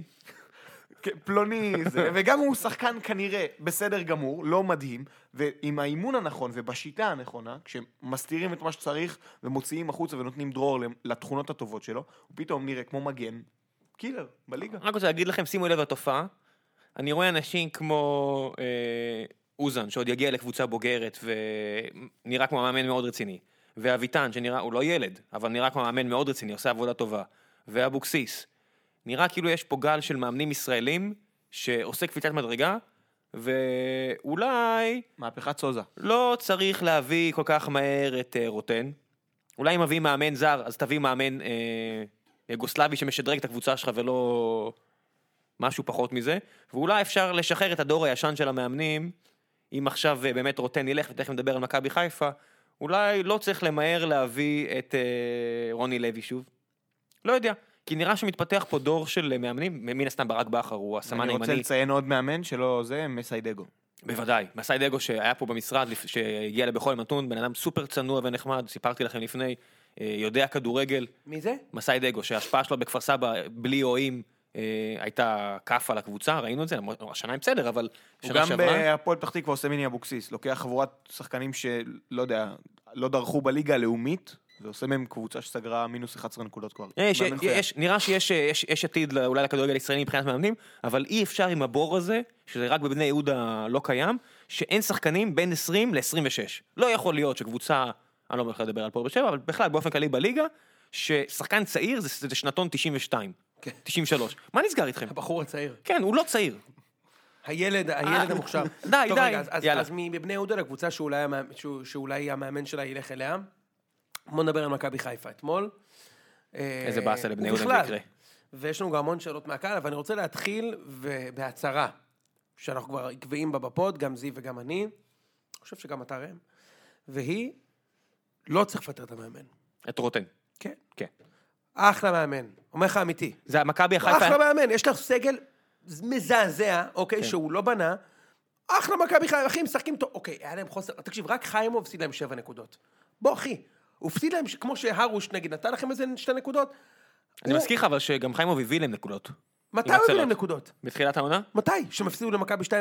פלוני זה, וגם הוא שחקן כנראה בסדר גמור, לא מדהים, ועם האימון הנכון ובשיטה הנכונה, כשמסתירים את מה שצריך ומוציאים החוצה ונותנים דרור לתכונות הטובות שלו, הוא פתאום נראה כמו מגן, קילר בליגה. רק רוצה להגיד לכם, שימו לב לתופעה, אני רואה אנשים כמו אוזן, שעוד יגיע לקבוצה בוגרת ונראה כמו מאמן מאוד רציני. ואביטן, שנראה, הוא לא ילד, אבל נראה כמו מאמן מאוד רציני, עושה עבודה טובה, ואבוקסיס, נראה כאילו יש פה גל של מאמנים ישראלים, שעושה קפיצת מדרגה, ואולי מהפכת סוזה. לא צריך להביא כל כך מהר את רוטן. אולי אם מביא מאמן זר, אז תביא מאמן יוגוסלבי שמשדרג את הקבוצה שלך ולא משהו פחות מזה. ואולי אפשר לשחרר את הדור הישן של המאמנים, אם עכשיו באמת רוטן ילך ותכף נדבר על מכבי חיפה, אולי לא צריך למהר להביא את רוני לוי שוב. לא יודע, כי נראה שמתפתח פה דור של מאמנים, מן הסתם ברק בכר הוא הסמן הימני. אני רוצה לציין עוד מאמן שלא זה, מסיידגו. בוודאי, מסיידגו שהיה פה במשרד, שהגיע לבכל נתון, בן אדם סופר צנוע ונחמד, סיפרתי לכם לפני, יודע כדורגל. מי זה? מסיידגו, שההשפעה שלו בכפר סבא, בלי אוהים, הייתה כף על הקבוצה, ראינו את זה, השנה עם בסדר, אבל הוא גם בהפועל פתח תקווה עושה מיני אבוקסיס, לוקח חבורת שחקנים שלא יודע, לא דרכו בליגה הלאומית, ועושה מהם קבוצה שסגרה מינוס 11 נקודות כבר. נראה שיש עתיד אולי לכדורגל הישראלי מבחינת מאמנים, אבל אי אפשר עם הבור הזה, שזה רק בבני יהודה לא קיים, שאין שחקנים בין 20 ל-26. לא יכול להיות שקבוצה, אני לא אומר לך לדבר על פה בשבע, אבל בכלל באופן כללי בליגה, ששחקן צעיר זה שנתון 92, 93. מה נסגר איתכם? הבחור הצעיר. כן, הוא לא צעיר. הילד המוכשר. די, יאללה. אז מבני יהודה לקבוצה שאולי המאמן שלה ילך אליה, בוא נדבר על מכבי חיפה אתמול. איזה באסה לבני יהודה זה יקרה. ויש לנו גם המון שאלות מהקהל, אבל אני רוצה להתחיל בהצהרה, שאנחנו כבר עקביים בה בפוד, גם זיו וגם אני, חושב שגם אתה ראם, והיא, לא צריך לפטר את המאמן. את רוטן. כן. כן. אחלה מאמן, אומר לך אמיתי. זה מכבי חיפה. אחלה מאמן, יש לך סגל מזעזע, אוקיי, שהוא לא בנה, אחלה מכבי חיפה, אחי, משחקים טוב, אוקיי, היה להם חוסר, תקשיב, רק חיימוב הפסיד להם 7 נקודות. בוא אחי, הוא הפסיד להם, כמו שהרוש נגיד, נתן לכם איזה 2 נקודות. אני מזכיר לך אבל שגם חיימוב הביא להם נקודות. מתי הוא הביא להם נקודות? בתחילת העונה? מתי? שהם הפסידו למכבי 2-0?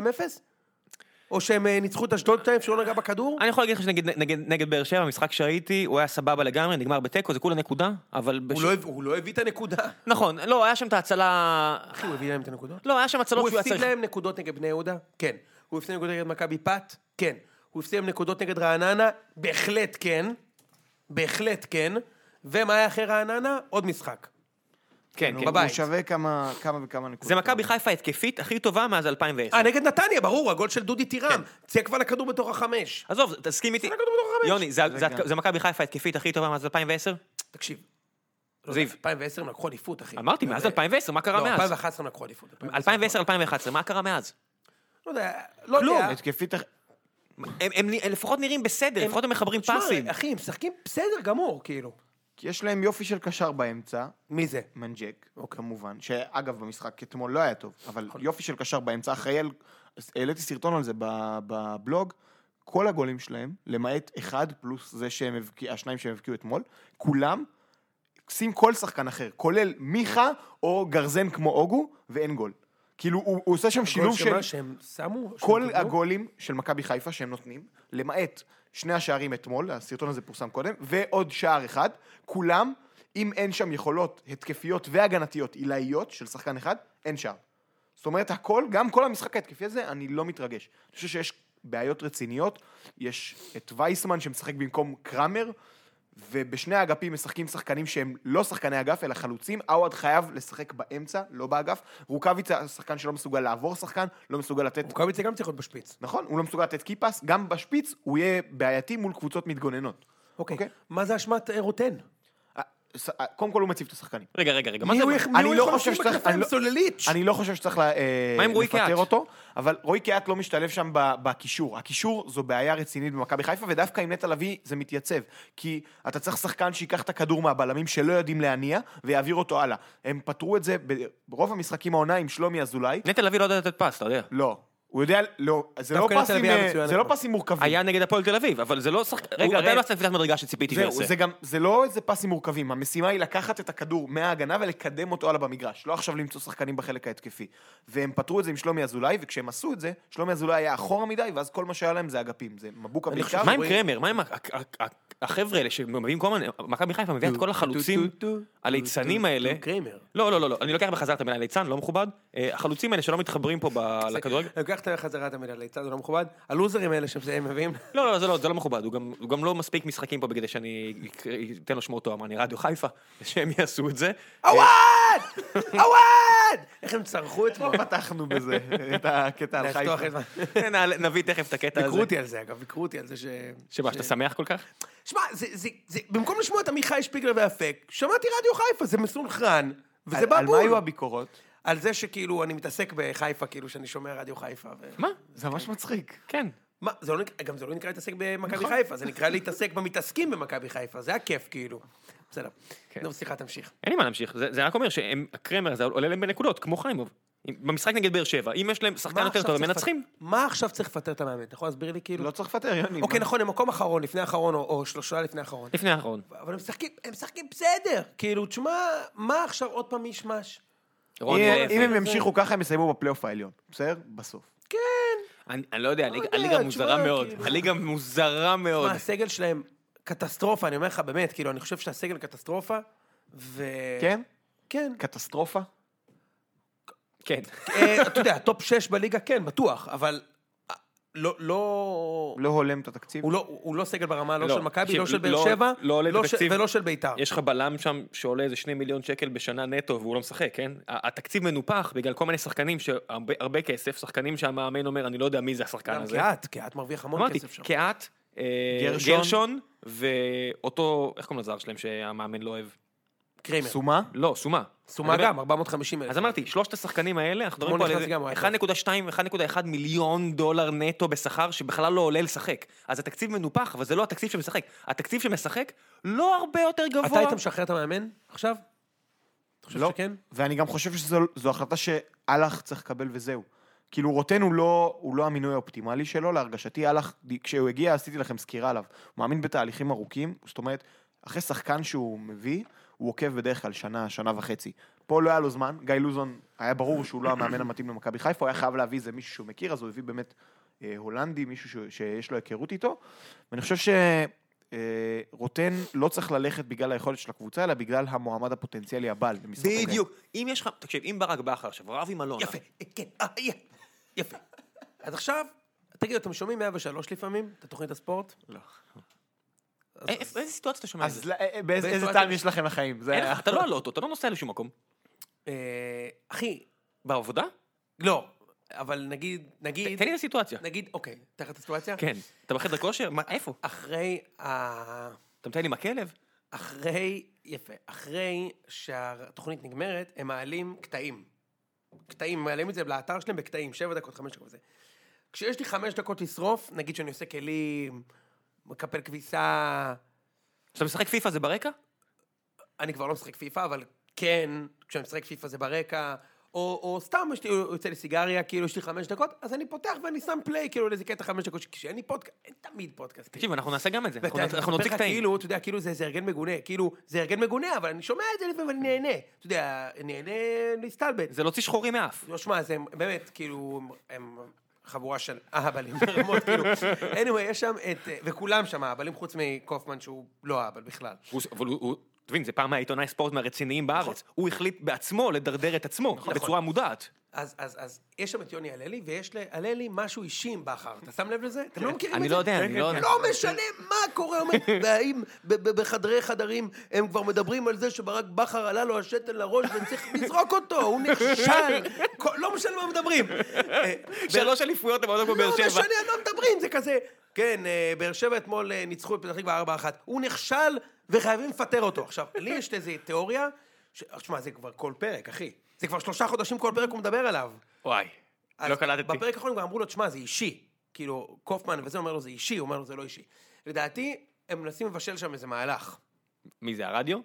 או שהם ניצחו את אשדוד 2 שלא נגע בכדור? אני יכול להגיד לך שנגד באר שבע, המשחק שהייתי, הוא היה סבבה לגמרי, נגמר בתיקו, זה כולה נקודה, אבל... הוא לא הביא את הנקודה. נכון, לא, היה שם את ההצלה... אחי, הוא הביא להם את הנקודות? לא, היה שם הצלות שהוא היה צריך... הוא הפסיד להם נקודות נגד בני יהודה? כן. הוא הפסיד נקודות נגד מכבי פת? כן. הוא הפסיד להם נקודות נגד רעננה? בהחלט כן. בהחלט כן. ומה היה אחרי רעננה? עוד משחק. כן, כן. הוא שווה כמה וכמה נקודות. זה מכבי חיפה התקפית הכי טובה מאז 2010. נגד נתניה, ברור, הגול של דודי טירם. צייק כבר לכדור בתוך החמש. עזוב, תסכים איתי. יוני, זה מכבי חיפה התקפית הכי טובה מאז 2010? תקשיב. זיו. 2010 הם לקחו אליפות, אחי. אמרתי, מאז 2010, מה קרה מאז? לא, 2011 הם לקחו אליפות. 2010-2011, מה קרה מאז? לא יודע. התקפית... הם לפחות נראים בסדר, לפחות הם מחברים פסים. אחי, הם משחקים בסדר גמור, כאילו. כי יש להם יופי של קשר באמצע. מי זה? מנג'ק, כמובן, שאגב במשחק אתמול לא היה טוב, אבל יופי של קשר באמצע, אחראי על, העליתי סרטון על זה בבלוג, כל הגולים שלהם, למעט אחד פלוס זה השניים שהם הבקיעו אתמול, כולם, שים כל שחקן אחר, כולל מיכה או גרזן כמו אוגו, ואין גול. כאילו הוא עושה שם שילוב של... שהם שמו? כל הגולים של מכבי חיפה שהם נותנים, למעט שני השערים אתמול, הסרטון הזה פורסם קודם, ועוד שער אחד, כולם, אם אין שם יכולות התקפיות והגנתיות עילאיות של שחקן אחד, אין שער. זאת אומרת, הכל, גם כל המשחק ההתקפי הזה, אני לא מתרגש. אני חושב שיש בעיות רציניות, יש את וייסמן שמשחק במקום קרמר, ובשני האגפים משחקים שחקנים שהם לא שחקני אגף, אלא חלוצים. עווד חייב לשחק באמצע, לא באגף. רוקאביצה, השחקן שלא מסוגל לעבור שחקן, לא מסוגל לתת... רוקאביצה גם צריך להיות בשפיץ. נכון, הוא לא מסוגל לתת קיפס, גם בשפיץ הוא יהיה בעייתי מול קבוצות מתגוננות. אוקיי. מה זה אשמת רוטן? קודם כל הוא מציב את השחקנים. רגע, מי הוא יכול לשים בכנפיים? סולליץ'? אני לא חושב שצריך לפטר אותו, אבל רועי קיאט לא משתלב שם בקישור. הקישור זו בעיה רצינית במכבי חיפה, ודווקא עם נטע לביא זה מתייצב, כי אתה צריך שחקן שיקח את הכדור מהבלמים שלא יודעים להניע, ויעביר אותו הלאה. הם פתרו את זה ברוב המשחקים העונה עם שלומי אזולאי. נטע לביא לא יודע לתת פס, אתה יודע. לא. הוא יודע, לא, זה לא פסים מורכבים. היה נגד הפועל תל אביב, אבל זה לא שחק... רגע, אתה לא עשתה קפיצת מדרגה שציפיתי ועושה. זה לא איזה פסים מורכבים, המשימה היא לקחת את הכדור מההגנה ולקדם אותו הלאה במגרש, לא עכשיו למצוא שחקנים בחלק ההתקפי. והם פתרו את זה עם שלומי אזולאי, וכשהם עשו את זה, שלומי אזולאי היה אחורה מדי, ואז כל מה שהיה להם זה אגפים, זה מבוקה בעיקר. מה עם קרמר? מה עם החבר'ה האלה שמביאים כל מיני, מכבי חיפה מביאה את כל החלוצים הליצנים האלה. לא, אני לוקח בחזרה את המילה ליצן, לא מכובד. החלוצים האלה שלא מתחברים פה לכדורגל. אני לוקח חוזר חזרה תמיד על היצד, זה לא מכובד. הלוזרים האלה שהם מביאים. לא, זה לא מכובד, הוא גם לא מספיק משחקים פה בגלל שאני אתן לו שמו תואר, מה, אני רדיו חיפה, שהם יעשו את זה. עווד! עווד! איך הם צרחו את זה? פתחנו בזה, את הקטע על חיפה. נביא תכף את הקטע הזה. ביקרו אותי על זה, אגב, ביקרו אותי על זה שמה, שאתה שמח כל כך? שמע, במקום לשמוע את עמיחי שפיגלר והאפק, שמעתי רדיו חיפה, זה מסונכרן, וזה בבול. על מה היו הביקורות? על זה שכאילו אני מתעסק בחיפה, כאילו שאני שומע רדיו חיפה. מה? זה ממש מצחיק. כן. מה, גם זה לא נקרא להתעסק במכבי חיפה, זה נקרא להתעסק במתעסקים במכבי חיפה, זה הכיף כאילו. בסדר. נו, סליחה, תמשיך. אין לי מה להמשיך, זה רק אומר שהקרמר הזה עולה להם בנקודות, כמו חיימוב. במשחק נגד באר שבע, אם יש להם שחקן יותר טוב, הם מנצחים. מה עכשיו צריך לפטר את המאמן? אתה יכול להסביר לי כאילו? לא צריך לפטר, יוני. אוקיי, נכון, הם מקום אחרון, לפני האחרון, או שלושה לפני האחרון. לפני האחרון. אבל הם משחקים בסדר. כאילו, תשמע, מה עכשיו עוד פעם מישמש? אם הם ימשיכו ככה, הם יסיימו בפלייאוף העליון. בסדר? בסוף. כן. אני לא יודע, הליגה מוזרה מאוד. הליגה מוזרה מאוד. מה, הסגל שלהם קטסטרופה, אני אומר לך באמת, כאילו, אני חושב שהסגל קטסטרופה, כן? כן. קטסטרופה? כן. אתה יודע, טופ 6 בליגה, כן, בטוח, אבל לא הולם את התקציב? הוא לא סגל ברמה, לא של מכבי, לא של באר שבע, ולא של ביתר. יש לך בלם שם שעולה איזה 2 מיליון שקל בשנה נטו, והוא לא משחק, כן? התקציב מנופח בגלל כל מיני שחקנים שהרבה כסף, שחקנים שהמאמן אומר, אני לא יודע מי זה השחקן הזה. גם קהת מרוויח המון כסף שם. קהת, גרשון, ואותו, איך קוראים לזר שלהם שהמאמן לא אוהב? קריימר. סומה? לא, סומה. סומה גם, 450,000. אז אמרתי, שלושת השחקנים האלה, אנחנו מדברים פה על 1.2, 1.1 מיליון דולר נטו בשכר, שבכלל לא עולה לשחק. אז התקציב מנופח, אבל זה לא התקציב שמשחק. התקציב שמשחק לא הרבה יותר גבוה. אתה היית משחרר את המאמן עכשיו? אתה חושב שכן? ואני גם חושב שזו החלטה שאלח צריך לקבל וזהו. כאילו רוטן הוא לא המינוי האופטימלי שלו, להרגשתי אלח, כשהוא הגיע עשיתי לכם סקירה עליו, הוא מאמין בתהליכים ארוכים, זאת אומרת, אחרי שחקן שהוא מביא, הוא עוקב בדרך כלל שנה וחצי. פה לא היה לו זמן, גיא לוזון היה ברור שהוא לא המאמן המתאים למכבי חיפה, הוא היה חייב להביא איזה מישהו שהוא מכיר, אז הוא הביא באמת הולנדי, מישהו שיש לו היכרות איתו, ואני חושב שרוטן לא צריך ללכת בגלל היכולת של הקבוצה, אלא בגלל המועמד הפוטנציאלי הבא. בדיוק. אם יש לך, תקשיב, אם ברק בכר עכשיו, רב עם אלונה. יפה, כן, יפה. אז עכשיו, תגיד, אתם שומעים 103 לפעמים, את התוכנית הספורט? לא. איזה סיטואציה אתה שומע את זה? אז באיזה טעם יש לכם לחיים? אתה לא על אוטו, אתה לא נוסע לשום מקום. אחי, בעבודה? לא, אבל נגיד... תן לי לסיטואציה. נגיד, אוקיי, תחת הסיטואציה? כן. אתה בחדר כושר? איפה? אחרי אתה מטייל עם הכלב? אחרי שהתוכנית נגמרת, הם מעלים קטעים. מעלים את זה לאתר שלהם בקטעים, 7 דקות, 5 דקות וזה. כשיש לי 5 דקות לשרוף, נגיד שאני עושה כלים, מקפל כביסה... כשאתה משחק פיפה זה ברקע? אני כבר לא משחק פיפה, אבל כן, כשאני משחק פיפה זה ברקע, או סתם יוצא לי סיגריה, כאילו יש לי 5 דקות, אז אני פותח ואני שם פליי, כאילו לאיזה קטע 5 דקות, כשאין לי פודקאסט, אין תמיד פודקאסט. תקשיב, אנחנו נעשה גם את זה, אנחנו נוציא קטעים. כאילו, אתה יודע, כאילו זה הרגן מגונה, כאילו זה הרגן מגונה, אבל אני שומע את זה לפעמים ואני נהנה, אתה יודע, נהנה להסתלבט. זה להוציא שחורים מאף. לא, שמע, זה באמת, כאילו, הם חבורה של אהבלים ברמות, כאילו. anyway, יש שם וכולם שם אהבלים חוץ מקופמן שהוא לא אהבל בכלל. אבל הוא... תבין, זה פעם מהעיתונאי ספורט מהרציניים בארץ. הוא החליט בעצמו לדרדר את עצמו, בצורה מודעת. אז יש שם את יוני הללי, ויש להללי משהו אישי עם בכר. אתה שם לב לזה? אתם לא מכירים את זה? אני לא יודע, אני לא יודע. לא משנה מה קורה, והאם בחדרי חדרים הם כבר מדברים על זה שברק בכר עלה לו השתן לראש וצריך לזרוק אותו, הוא נכשל. לא משנה מה מדברים. 3 אליפויות הם עוד לא בבאר שבע. לא משנה מה מדברים, זה כזה. כן, באר שבע אתמול ניצחו את פתח תקווה 4-1. הוא נכשל וחייבים לפטר אותו. עכשיו, לי יש איזו תיאוריה, תשמע, זה כבר כל פרק, אחי. זה כבר 3 חודשים כל פרק הוא מדבר עליו. וואי, לא קלטתי. בפרק האחרון גם אמרו לו, תשמע, זה אישי. כאילו, קופמן וזה אומר לו, זה אישי, הוא אומר לו, זה לא אישי. לדעתי, הם מנסים לבשל שם איזה מהלך. מי זה, הרדיו?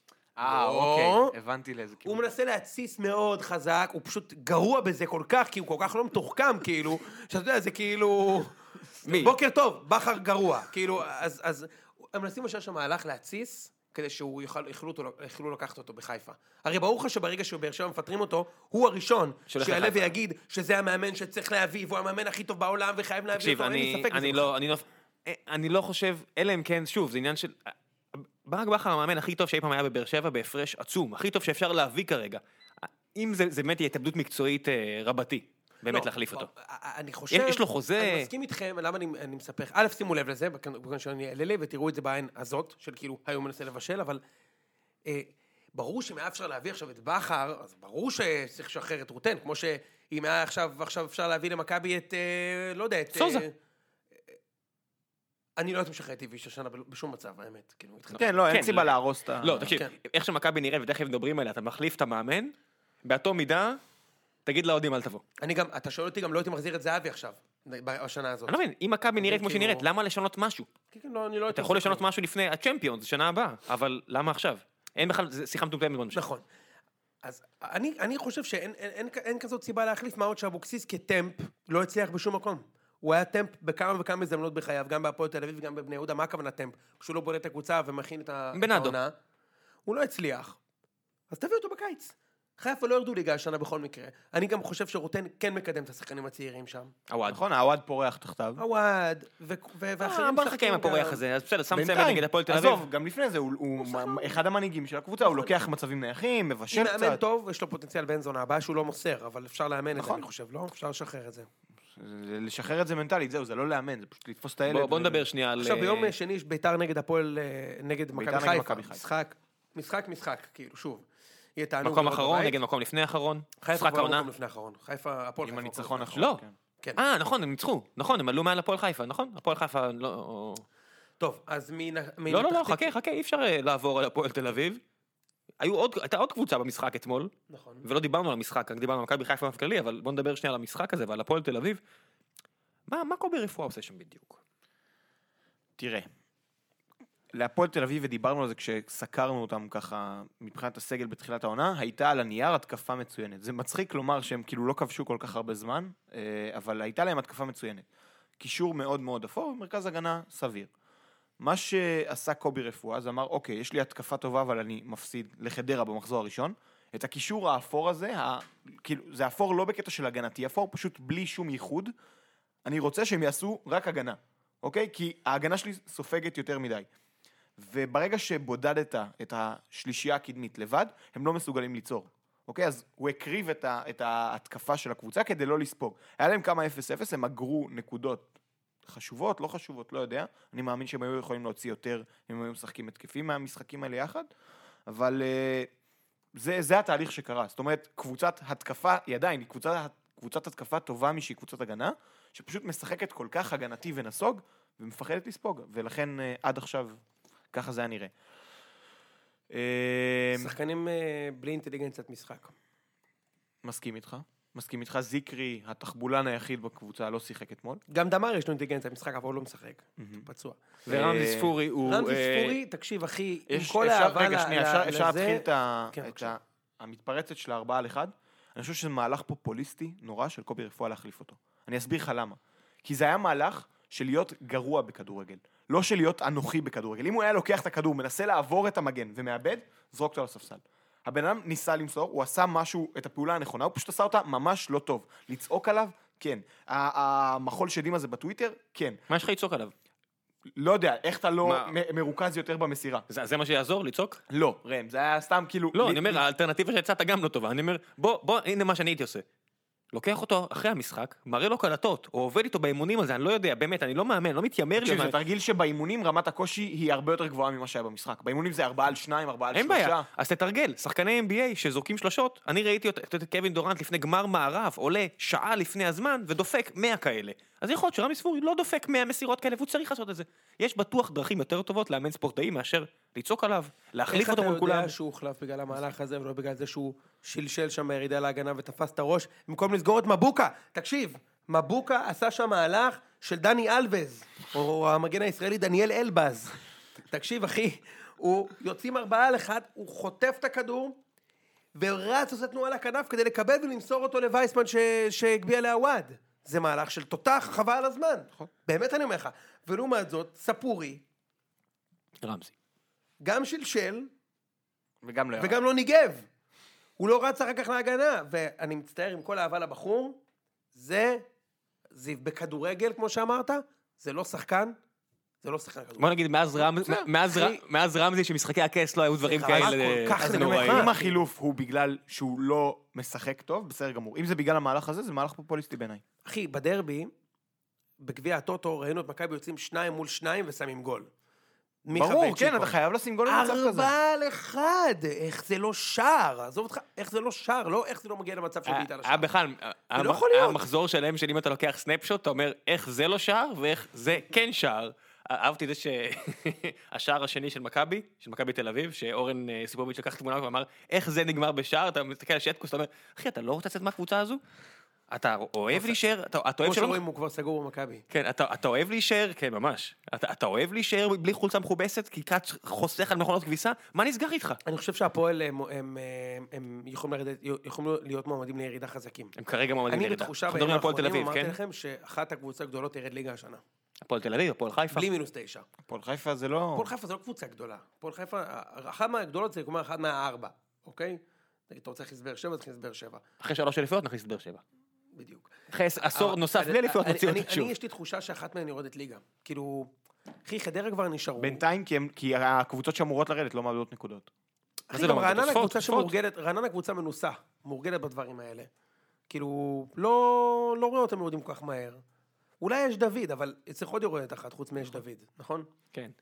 אוקיי, הבנתי לאיזה הוא מנסה להציס מאוד חזק, הוא פשוט גרוע בזה כל כך, כי הוא כל כך לא מתוחכם, כאילו, שאתה יודע, זה כאילו... בוקר טוב, בכר גרוע. כאילו, אז הם מנסים לבשל שם מהלך להציס, כדי שהוא יוכלו לקחת אותו בחיפה. הרי ברור לך שברגע שבאר שבע מפטרים אותו, הוא הראשון שיעלה ויגיד שזה המאמן שצריך להביא, והוא המאמן הכי טוב בעולם וחייב להביא אותו, אין לי ספק בזה. אני לא חושב, אלא אם כן, שוב, זה עניין של... ברק בכר המאמן הכי טוב שאי פעם היה בבאר שבע בהפרש עצום, הכי טוב שאפשר להביא כרגע. אם זה באמת יהיה התאבדות מקצועית רבתי. באמת להחליף אותו. אני חושב... יש לו חוזה... אני מסכים איתכם, למה אני מספר? א', שימו לב לזה, בכן שאני אעלה לי, ותראו את זה בעין הזאת, של כאילו, היום מנסה לבשל, אבל ברור שאם היה אפשר להביא עכשיו את בכר, אז ברור שצריך לשחרר את רוטן, כמו שאם היה עכשיו אפשר להביא למכבי את, לא יודע, את... סוזה. אני לא הייתי משחרר את איביץ' השנה בשום מצב, האמת. כן, לא, אין סיבה להרוס את ה... לא, תקשיב, איך שמכבי נראה ותכף מדברים עליה, אתה מחליף את המאמן, באותו מידה, תגיד לאוהדים אל תבוא. אני גם, אתה שואל אותי, גם לא הייתי מחזיר את זהבי עכשיו, בשנה הזאת. אני לא מבין, אם מכבי נראית כמו שהיא נראית, למה לשנות משהו? כן, לא, אני לא... אתה יכול לשנות משהו לפני הצ'מפיונס, שנה הבאה, אבל למה עכשיו? אין בכלל, זה שיחה מטומטמת בוא נשאר. נכון. אז אני חושב שאין כזאת סיבה להחליף, מה עוד שאבוקסיס כטמפ לא הצליח בשום מקום. הוא היה טמפ בכמה וכמה הזדמנות בחייו, גם בהפועל תל אביב וגם בבני יהודה, מה הכוונה טמפ? כשהוא לא בונה את הקבוצה ומכין את העונה. הוא לא הצליח. אז תביא אותו בקיץ. חיפה לא ירדו ליגה השנה בכל מקרה. אני גם חושב שרוטן כן מקדם את השחקנים הצעירים שם. הוואד. נכון, הוואד פורח תחתיו. הוואד, ואחרים... בוא נחכה עם הפורח הזה, אז בסדר, שם צמד נגד הפועל תל אביב. עזוב, גם לפני זה, הוא אחד המנהיגים של הקבוצה, הוא לוקח מצבים נייחים, מבשל קצת. אם מאמן טוב, יש לו פוטנציאל בן זונה, הבעיה שהוא לא מוסר, אבל אפשר לאמן את זה, אני חושב, לא? אפשר לשחרר את זה. לשחרר את זה מנטלית, זהו, זה לא לאמן, זה פשוט לתפוס את הילד. בוא נדבר שנייה על... עכשיו, ביום שני יש ביתר נגד הפועל, נגד מכבי חיפה. משחק, כאילו, שוב. מקום אחרון נגד מקום לפני אחרון. משחק העונה. חיפה, הפועל עם הניצחון עכשיו. לא. נכון, הם ניצחו. נכון, הם עלו מעל הפועל חיפה, נכון? הפועל חיפה לא... טוב, אז לא, חכה, אי אפשר לעבור על הפועל תל אביב. הייתה עוד קבוצה במשחק אתמול. נכון. ולא דיברנו על המשחק, רק דיברנו על מכבי חיפה כללי, אבל בוא נדבר שנייה על המשחק הזה ועל הפועל תל אביב. מה קובי רפואה עושה שם בדיוק? תראה. להפועל תל אביב, ודיברנו על זה כשסקרנו אותם ככה מבחינת הסגל בתחילת העונה, הייתה על הנייר התקפה מצוינת. זה מצחיק לומר שהם כאילו לא כבשו כל כך הרבה זמן, אבל הייתה להם התקפה מצוינת. קישור מאוד מאוד אפור, מרכז הגנה סביר. מה שעשה קובי רפואה, זה אמר, אוקיי, יש לי התקפה טובה, אבל אני מפסיד לחדרה במחזור הראשון. את הקישור האפור הזה, כאילו, זה אפור לא בקטע של הגנתי, אפור פשוט בלי שום ייחוד. אני רוצה שהם יעשו רק הגנה, אוקיי? כי ההגנה שלי סופגת יותר מדי. וברגע שבודדת את השלישייה הקדמית לבד, הם לא מסוגלים ליצור. אוקיי? אז הוא הקריב את ההתקפה של הקבוצה כדי לא לספוג. היה להם כמה 0-0, הם אגרו נקודות חשובות, לא חשובות, לא יודע. אני מאמין שהם היו יכולים להוציא יותר, אם היו משחקים התקפים מהמשחקים האלה יחד. אבל זה התהליך שקרה. זאת אומרת, קבוצת התקפה, היא עדיין, קבוצת התקפה טובה משהיא קבוצת הגנה, שפשוט משחקת כל כך הגנתי ונסוג, ומפחדת לספוג. ולכן עד עכשיו ככה זה היה נראה. שחקנים בלי אינטליגנציית משחק. מסכים איתך, זיקרי, התחבולן היחיד בקבוצה, לא שיחק אתמול. גם דמר יש לו אינטליגנציית משחק, אבל הוא לא משחק. פצוע. ורמזי ספורי הוא... רמזי ספורי, תקשיב אחי, עם כל האהבה לזה... רגע, שנייה, אפשר להתחיל את המתפרצת של 4-1. אני חושב שזה מהלך פופוליסטי נורא של קובי רפואה להחליף אותו. אני אסביר לך למה. כי זה היה מהלך של להיות גרוע בכדורגל. לא של להיות אנוכי בכדורגל. אם הוא היה לוקח את הכדור, מנסה לעבור את המגן ומאבד, זרוק אותו על הספסל. הבן אדם ניסה למסור, הוא עשה משהו, את הפעולה הנכונה, הוא פשוט עשה אותה ממש לא טוב. לצעוק עליו, כן. המחול שדים הזה בטוויטר, כן. מה יש לך לצעוק עליו? לא יודע, איך אתה לא מרוכז יותר במסירה? זה מה שיעזור, לצעוק? לא, רם, זה היה סתם כאילו... לא, אני אומר, האלטרנטיבה שהצעת גם לא טובה. אני אומר, בוא, הנה מה שאני הייתי עושה. לוקח אותו אחרי המשחק, מראה לו קלטות, או עובד איתו באימונים על זה, אני לא יודע, באמת, אני לא מאמן, לא מתיימר לי. זה תרגיל שבאימונים רמת הקושי היא הרבה יותר גבוהה ממה שהיה במשחק. באימונים זה 4-2, 4-3. אין בעיה, אז תתרגל, שחקני NBA שזורקים שלשות, אני ראיתי את קווין דורנט לפני גמר מערב, עולה שעה לפני הזמן, ודופק 100 כאלה. אז יכול להיות שרמי ספורי לא דופק 100 מסירות כאלה, והוא צריך לעשות את זה. יש בטוח דרכים יותר טובות לאמן ספורטאי מאשר לצעוק עליו, להחליף אותו מול כולם. איך אתה יודע שהוא הוחלף בגלל המהלך הזה, ולא בגלל זה שהוא שלשל שם בירידה להגנה ותפס את הראש, במקום לסגור את מבוקה? תקשיב, מבוקה עשה שם מהלך של דני אלבז, או המגן הישראלי דניאל אלבז. תקשיב אחי, הוא יוצאים 4-1, הוא חוטף את הכדור, ורץ עושה תנועה לכנף כדי לקבל ולמסור אותו לווייסמן שהגביע לעווד. זה מהלך של תותח, חבל על הזמן. באמת אני אומר לך. ולעומת זאת, ספורי, רמזי. גם שלשל, וגם לא ניגב. הוא לא רץ אחר כך להגנה, ואני מצטער עם כל האהבה לבחור, זה בכדורגל, כמו שאמרת, זה לא שחקן, זה לא שחקן כדורגל. בוא נגיד, מאז רמזי שמשחקי הכס לא היו דברים זה כאלה. כל כך אז נורא. נוראי. אם החילוף הוא בגלל שהוא לא משחק טוב, בסדר גמור. אם זה בגלל המהלך הזה, זה מהלך פופוליסטי בעיניי. אחי, בדרבי, בגביע הטוטו, ראינו את מכבי יוצאים 2 מול 2 ושמים גול. ברור, כן, אתה חייב לשים גול במצב כזה. 4-1, איך זה לא שער? עזוב אותך, איך זה לא שער, לא איך זה לא מגיע למצב של בעיטה לשער. היה בכלל, זה לא יכול להיות. היה מחזור שלהם של אם אתה לוקח סנפשוט, אתה אומר איך זה לא שער ואיך זה כן שער. אהבתי זה שהשער השני של מכבי תל אביב, שאורן סיפוביץ' לקח תמונה ואמר איך זה נגמר בשער, אתה מסתכל על שטקוס, אתה אומר, אחי, אתה לא רוצה לצאת מהקבוצה הזו? אתה אוהב להישאר? כמו שרואים, הוא כבר סגור במכבי. כן, אתה אוהב להישאר? כן, ממש. אתה אוהב להישאר בלי חולצה מכובסת, כי קאץ' חוסך על מכונות כביסה? מה נסגר איתך? אני חושב שהפועל הם יכולים להיות מועמדים לירידה חזקים. הם כרגע מועמדים אני לירידה. בתחושה אנחנו בימים מדברים על הפועל תל האחרונים, אביב, אמרתי כן? לכם שאחת הקבוצות הגדולות תרד ליגה השנה. הפועל תל אביב, הפועל חיפה. בלי -9. הפועל חיפה זה לא... הפועל חיפה זה לא קבוצה גדולה. הפועל חיפה, אחת מהגדולות זה כמו אחת מהארבע, אוקיי? אתה רוצה להכניס באר שבע, תכניס באר שבע. אחרי 3 אליפויות נכניס את באר שבע. בדיוק. אחרי עשור נוסף בלי אליפויות נוציא אותה שוב. אני יש לי תחושה שאחת מהן יורדת ליגה. כאילו, אחי, חדרה כבר נשארו. בינתיים, כי הקבוצות שאמורות לרדת לא מאבדות נקודות. אחי, גם רעננה קבוצה שמורגלת, רעננה קבוצה מנוסה, מורגלת בדברים האלה. כאילו, לא רואה אותם יורדים כל כך מהר. אולי יש דוד, אבל צריך עוד יורדת אחת, חוץ מיש דוד, נכון? כן.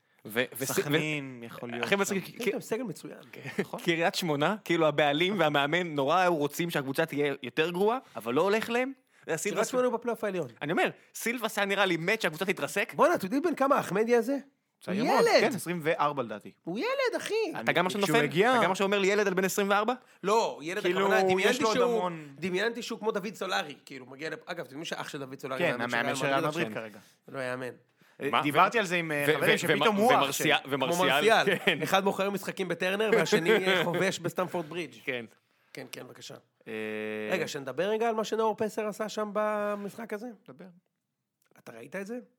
סכנין יכול להיות. הכי מצחיק, יש גם סגל מצוין. קריית שמונה, כאילו הבעלים והמאמן נורא היו רוצים שהקבוצה תהיה יותר גרועה, אבל לא הולך להם. קריית שמונה הוא בפלייאוף העליון. אני אומר, סילבס היה נראה לי מת שהקבוצה תתרסק. בוא'נה, אתה יודעים בין כמה אחמדי הזה? הוא ילד. כן, ילד. 24 לדעתי. הוא ילד, אחי. אתה גם עכשיו כשהוא נופל? הגיע- אתה גם עכשיו אומר לי ילד על בן 24? לא, ילד כאילו, הכוונה, יש לו עוד המון- דמיינתי שהוא כמו דוד סולארי, כאילו, מגיע אגב, אתם יודעים שאח של דוד סולארי, כן, המאמן של ריאל מדריד כרגע. זה לא יאמן. מה? דיברתי על זה עם חברים שפתאום הוא אח של... כמו ומרסיאל, מרסיאל, כן. אחד מוכר משחקים בטרנר, והשני חובש בסטמפורד ברידג'. כן. כן, כן, בבקשה. רגע, שנדבר רגע על מה שנאור פסר עשה שם במשחק הזה? דבר. אתה ראית את זה?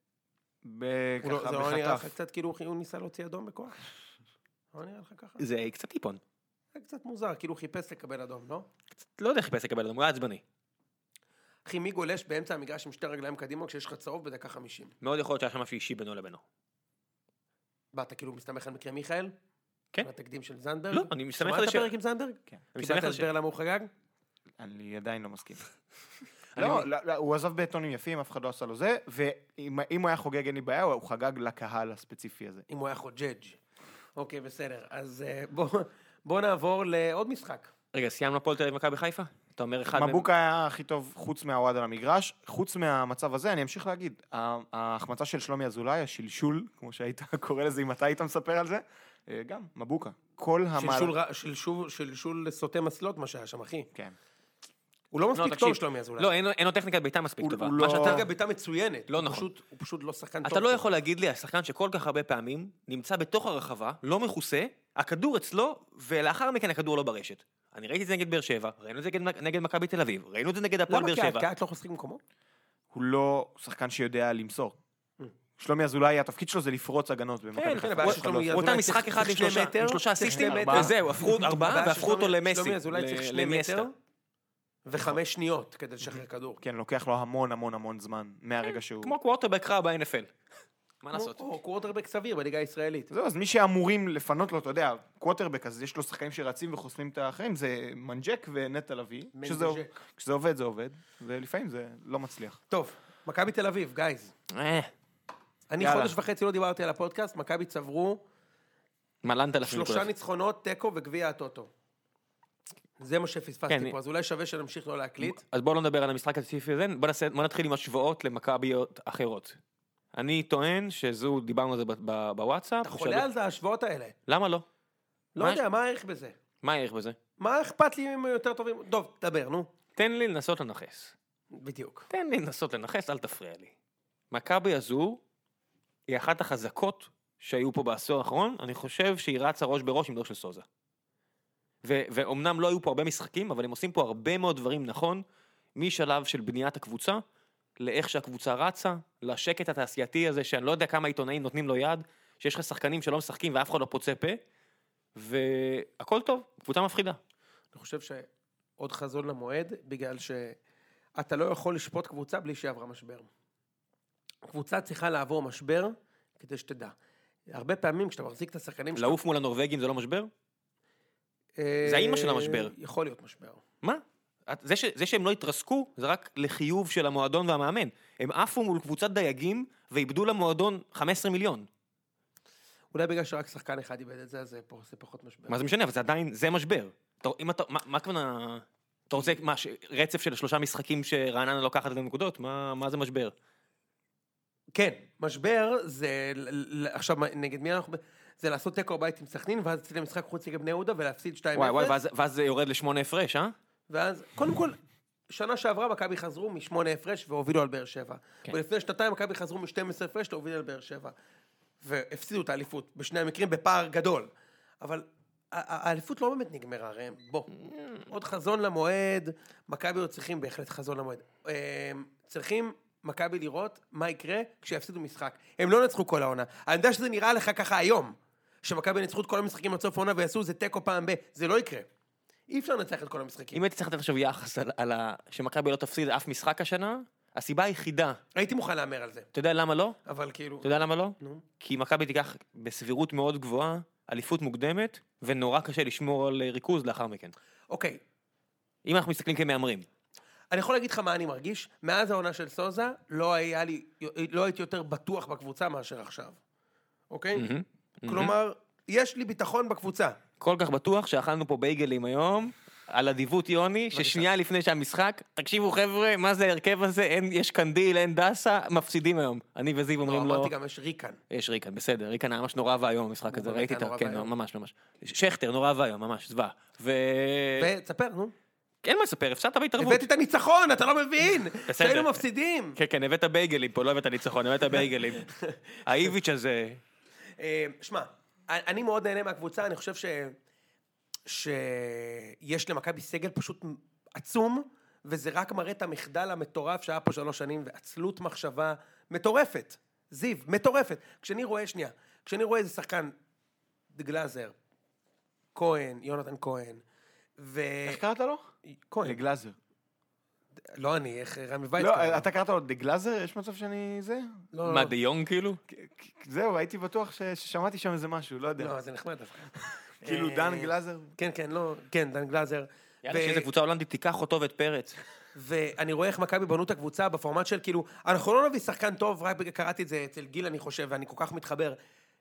ככה זה לא נראה לך בחטף. קצת כאילו הוא ניסה להוציא אדום בכוח? לא נראה לך ככה? זה קצת טיפון. זה קצת מוזר, כאילו הוא חיפש לקבל אדום, לא? לא יודע איך חיפש לקבל אדום, הוא היה עצבני. אחי, מי גולש באמצע המגרש עם 2 רגליים קדימה כשיש לך צהוב בדקה 50? מאוד יכול להיות שהיה שם משהו אישי בינו לבינו. אתה כאילו מסתמך על מקרה מיכאל? כן. התקדים של זנדברג? לא, אני מסתמך על שמעת זה הפרק עם זנדברג? כן. אני קיבלת מסתמך על זה. הסבר למה הוא חגג? אני עדיין לא מסכים. לא, הוא עזב בטונים יפים, אף אחד לא עשה לו זה, ואם הוא היה חוגג אין לי בעיה, הוא חגג לקהל הספציפי הזה. אם הוא היה חוג'ג'. אוקיי, בסדר. אז בוא נעבור לעוד משחק. רגע, סיימנו הפועל תל אביב מכבי חיפה? אתה אומר אחד... מבוקה היה הכי טוב חוץ מהוואד על המגרש, חוץ מהמצב הזה, אני אמשיך להגיד, ההחמצה של שלומי אזולאי, השלשול, כמו שהיית קורא לזה, אם אתה היית מספר על זה, גם, מבוקה. כל שלשול סוטה מסלות, מה שהיה שם, אחי. כן. הוא לא מספיק טוב, שלומי אזולאי. לא, אין לו טכניקת בעיטה מספיק טובה. הוא מה לא- שאתה- טכניקת בעיטה מצוינת. לא הוא נכון. פשוט לא שחקן טוב. אתה לא יכול להגיד לי, השחקן שכל כך הרבה פעמים נמצא בתוך הרחבה, לא מכוסה, הכדור אצלו, ולאחר מכן הכדור לא ברשת. אני ראיתי את זה נגד באר שבע, ראינו את זה נגד מכבי תל אביב, ראינו את זה נגד הפועל באר למה? שבע. כי את לא חוסכים במקומו? הוא לא שחקן שיודע למסור. שלומי אזולאי, התפקיד שלו זה לפרוץ הגנות במכבי כן, חיפה. הבעיה של שלומי הוא נתן אזולאי משחק אחד צריך עם 2 מטר, 3 צריך אסיסטים, 2 מטר. וזהו, הפכו 4 הבעיה והפכו אותו ששלומי- למסי, שלומי אזולאי צריך 2 לניאסטה. מטר ו5 שניות כדי לשחרר כדור. כן, לוקח לו המון המון המון זמן, מהרגע שהוא... כמו קוורטרבק רע ב-NFL. מה לעשות? או קוורטרבק סביר בליגה הישראלית. זהו, אז מי שאמורים לפנות לו, אתה יודע, קווטרבק, אז יש לו שחקנים שרצים וחוסמים את האחרים, זה מנג'ק ונטע לביא. מנג'ק. כשזה עובד, זה עובד, ולפעמים זה לא מצליח. טוב, מכבי תל אביב, גייז. אני יאללה. חודש וחצי לא דיברתי על הפודקאסט, מכבי צברו מלנת לך 3 ניצחונות, תיקו וגביע הטוטו. זה מה שפספסתי כן. פה, אז אולי שווה שנמשיך לא להקליט. אז בואו לא נדבר על המשחק הספציפי הזה, בואו נתחיל עם השוואות למכביות אחרות. אני טוען שזו, דיברנו על זה בוואטסאפ. אתה חולה על זה, ההשוואות האלה. למה לא? לא מה יודע, מה הערך בזה? מה הערך בזה? מה אכפת לי אם הם יותר טובים? טוב, דבר, נו. תן לי לנסות לנחס. בדיוק. תן לי לנסות לנחס, אל תפריע לי. מכבי הזו היא אחת החזקות שהיו פה בעשור האחרון, אני חושב שהיא רצה ראש בראש עם דור של סוזה. ואומנם לא היו פה הרבה משחקים, אבל הם עושים פה הרבה מאוד דברים נכון, משלב של בניית הקבוצה, לאיך שהקבוצה רצה, לשקט התעשייתי הזה, שאני לא יודע כמה עיתונאים נותנים לו יד, שיש לך שחקנים שלא משחקים ואף אחד לא פוצה פה, והכל טוב, קבוצה מפחידה. אני חושב שעוד חזון למועד, בגלל שאתה לא יכול לשפוט קבוצה בלי שעברה משבר. קבוצה צריכה לעבור משבר, כדי שתדע. הרבה פעמים כשאתה מחזיק את השחקנים... לעוף מול הנורווגים זה לא משבר? זה האמא של המשבר. יכול להיות משבר. מה? זה שהם לא התרסקו, זה רק לחיוב של המועדון והמאמן. הם עפו מול קבוצת דייגים, ואיבדו למועדון 15 מיליון. אולי בגלל שרק שחקן אחד איבד את זה, אז זה פחות משבר. מה זה משנה? אבל זה עדיין, זה משבר. מה כוונה... אתה רוצה רצף של 3 משחקים שרעננה לוקחת את הנקודות? מה זה משבר? כן, משבר זה... עכשיו, נגד מי אנחנו... זה לעשות תיקו בית עם סכנין, ואז לצאת למשחק חוץ נגד בני יהודה, ולהפסיד 2-0. וואי, ואז זה יורד ל8 הפרש, אה? ואז, קודם כל, שנה שעברה מכבי חזרו מ8 הפרש והובילו על באר שבע. כן. ולפני שנתיים מכבי חזרו מ12 הפרש להוביל על באר שבע. והפסידו את האליפות, בשני המקרים בפער גדול. אבל האליפות לא באמת נגמרה, הרי בוא. עוד חזון למועד, מכבי עוד צריכים בהחלט חזון למועד. צריכים מכבי לראות מה יקרה כשיפסידו משחק. הם לא נצחו כל העונה. אני יודע שזה נראה לך ככה היום, שמכבי נצחו את כל המשחקים עד סוף העונה ויעשו זה תיקו פעם זה לא יקרה. אי אפשר לנצח את כל המשחקים. אם הייתי צריך לתת עכשיו יחס על שמכבי לא תפסיד אף משחק השנה, הסיבה היחידה. הייתי מוכן לאמר על זה. אתה יודע למה לא? אבל כאילו... אתה יודע למה לא? נו. כי מכבי תיקח בסבירות מאוד גבוהה, אליפות מוקדמת, ונורא קשה לשמור על ריכוז לאחר מכן. אוקיי. אם אנחנו מסתכלים כמאמרים. אני יכול להגיד לך מה אני מרגיש. מאז העונה של סוזה, לא הייתי יותר בטוח בקבוצה מאשר עכשיו. אוקיי? כלומר, יש לי ביטחון בקבוצה. כל כך בטוח שאכלנו פה בייגלים היום, על אדיבות יוני, ששנייה לפני שהמשחק, תקשיבו חבר'ה, מה זה ההרכב הזה, יש קנדיל, אין דסה, מפסידים היום. אני וזיו אומרים לו... אמרתי גם, יש ריקן. יש ריקן, בסדר, ריקן היה ממש נורא והיום המשחק הזה, ראיתי את כן, ממש. שכטר, נורא והיום, ממש, זווה. ותספר, נו. אין מה לספר, הפסדת בהתערבות. הבאתי את הניצחון, אתה לא מבין. שהיינו מפסידים. כן, הבאת בייגלים פה, לא הבאת ניצחון, הבאת בייגלים. האיביץ' הזה... שמע, אני מאוד נהנה מהקבוצה, אני חושב שיש למכבי סגל פשוט עצום, וזה רק מראה את המחדל המטורף שהיה פה 3 שנים, ועצלות מחשבה מטורפת. זיו, מטורפת. כשאני רואה איזה שחקן, דגלזר, כהן, יונתן כהן, איך קראת לו? כהן. דגלזר. לא אני, איך רמי וייץ לא, קרא. אתה קראת לו דגלזר? יש מצב שאני זה? מה, דיונג כאילו? זהו, הייתי בטוח ששמעתי שם איזה משהו, לא יודע. לא, זה נחמד דווקא. כאילו דן גלזר? כן, לא, כן, דן גלזר. יאללה, שאיזה קבוצה הולנדית תיקח אותו ואת פרץ. ואני רואה איך מכבי בנו את הקבוצה בפורמט של כאילו, אנחנו לא נביא שחקן טוב, רק קראתי את זה אצל גיל אני חושב, ואני כל כך מתחבר.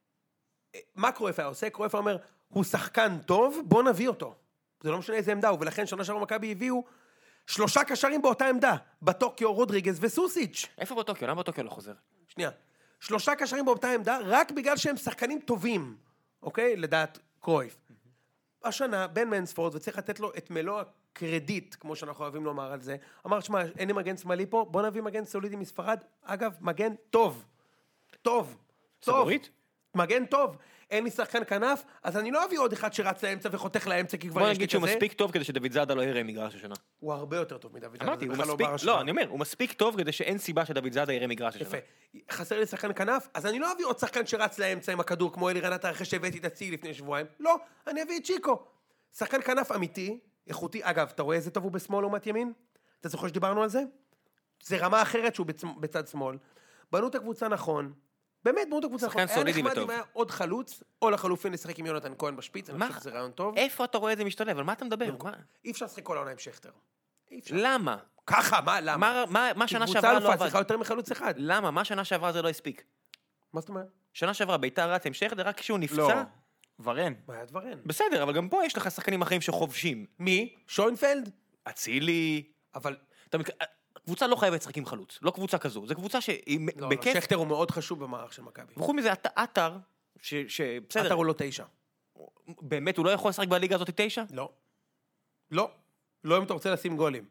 מה קרויף היה עושה? קרויף אומר, הוא שחקן טוב, בוא נביא אותו. זה לא משנה איזה עמדה הוא, ולכן שנה שעברה מכבי הביאו 3 קשרים באותה עמדה, בטוקיו, רודריגז וסוסיץ'. איפה בטוקיו? למה בטוקיו לא חוזר? שנייה. 3 קשרים באותה עמדה, רק בגלל שהם שחקנים טובים, אוקיי? לדעת קרויף. השנה, בן מנספורד, וצריך לתת לו את מלוא הקרדיט, כמו שאנחנו אוהבים לומר על זה, אמר, שמה, אין לי מגן שמאלי פה, בוא נביא מגן סולידי מספרד, אגב, מגן טוב. טוב. סבורית? מגן טוב. אין לי שחקן כנף, אז אני לא אביא עוד אחד שרץ לאמצע וחותך לאמצע, כי כבר בוא יש לי נגיד כזה. שהוא מספיק טוב כדי שדוד זאדה לא יראה מגרש השנה. הוא הרבה יותר טוב מדוד זאדה. אמרתי, הוא זה בכלל מספיק, בר השוואה. לא, אני אומר, הוא מספיק טוב כדי שאין סיבה שדוד זאדה יראה מגרש השנה. יפה. חסר לי שחקן כנף, אז אני לא אביא עוד שחקן שרץ לאמצע עם הכדור, כמו אלירן עטר אחרי שהבאתי את הצי לפני שבועיים. לא, אני אביא את צ'יקו. שחקן כנף אמיתי, איכותי. אגב, אתה רואה איזה טוב הוא בשמאל לעומת ימין? אתה זוכר שדיברנו על זה? זה רמה אחרת שהוא בצד שמאל. בנו את הקבוצה נכון. באמת, בנו את הקבוצה נכון. שחקן סולידי וטוב. היה נחמד אם היה עוד חלוץ, או לחלופין לשחק עם יונתן כהן בשפיץ, אני חושב שזה רעיון טוב. איפה אתה רואה את זה משתלב? על מה אתה מדבר? אי אפשר לשחק כל העונה עם שכטר. למה? ככה, מה, למה? מה שנה קבוצה שעברה לא אלופה עבד? צריכה יותר מחלוץ אחד. למה? מה שנה שעברה זה לא הספיק? מה זאת אומרת? שנה שעברה ביתר רץ עם שכטר רק כשהוא לא, נפצע? ורן. מה היה דברן? בסדר, אבל גם פה יש לך שחקנים אחרים שחובשים. מי? שוינפלד? אצילי. אבל... קבוצה לא חייבת לשחק עם חלוץ, לא קבוצה כזו, זו קבוצה שהיא לא, בכיף. שכטר הוא מאוד חשוב במערך של מכבי. וחוץ מזה, עטר, שבסדר. עטר הוא לא 9. באמת, הוא לא יכול לשחק בליגה הזאת 9? לא. לא. לא אם אתה רוצה לשים גולים.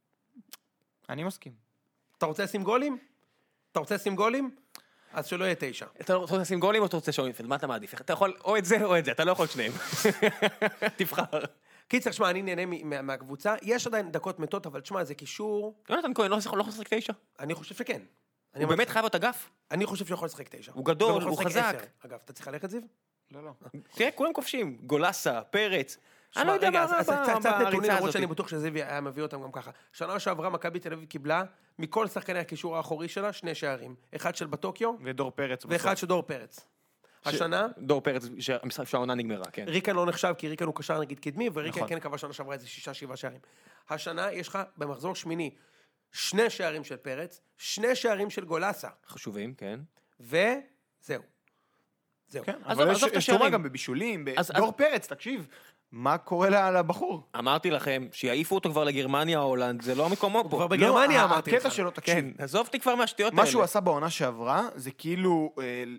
אני מסכים. אתה רוצה לשים גולים? אתה רוצה לשים גולים? אז שלא יהיה 9. אתה רוצה לשים גולים או אתה רוצה שוינפלד? מה אתה מעדיף? אתה יכול או את זה או את זה, אתה לא יכול שניהם. תבחר. קיצר, שמה, אני נהנה מהקבוצה. יש עדיין דקות מתות, אבל תשמע, זה קישור... יונתן כהן לא יכול לשחק 9? אני חושב שכן. הוא באמת חייב להיות אגף? אני חושב שהוא יכול לשחק 9. הוא גדול, הוא חזק. אגב, אתה צריך ללכת זיו? לא, לא. תראה, כולם כובשים. גולסה, פרץ. אני לא יודע רגע, אז קצת נתונים, בריצה למרות הזאת. שאני בטוח שזיוי היה מביא אותם גם ככה. שנה שעברה מכבי תל אביב קיבלה מכל שחקני הקישור האחורי שלה 2 שערים. אחד של בטוקיו, ודור פרץ. ואחד של דור פרץ. השנה, דור פרץ, שהעונה נגמרה, כן. ריקן לא נחשב, כי ריקן הוא קשר נגיד קדמי, וריקן נכון. כן קבע שנה שעברה איזה 6-7 שערים. השנה יש לך במחזור שמיני 2 שערים של פרץ, 2 שערים של גולסה, חשובים, כן. וזהו. זהו. כן, עזוב, אבל עזוב את יש תרומה השערים. גם בבישולים, אז- דור פרץ, תקשיב, מה קורה לבחור? אמרתי לכם, שיעיפו אותו כבר לגרמניה או הולנד, זה לא מקומו פה. כבר בגרמניה לא, אמרתי לך. הקטע שלו, תקשיב, כן, עזוב אותי כבר מהשטויות האלה. מה שהוא עשה בעונה שעברה, זה כאילו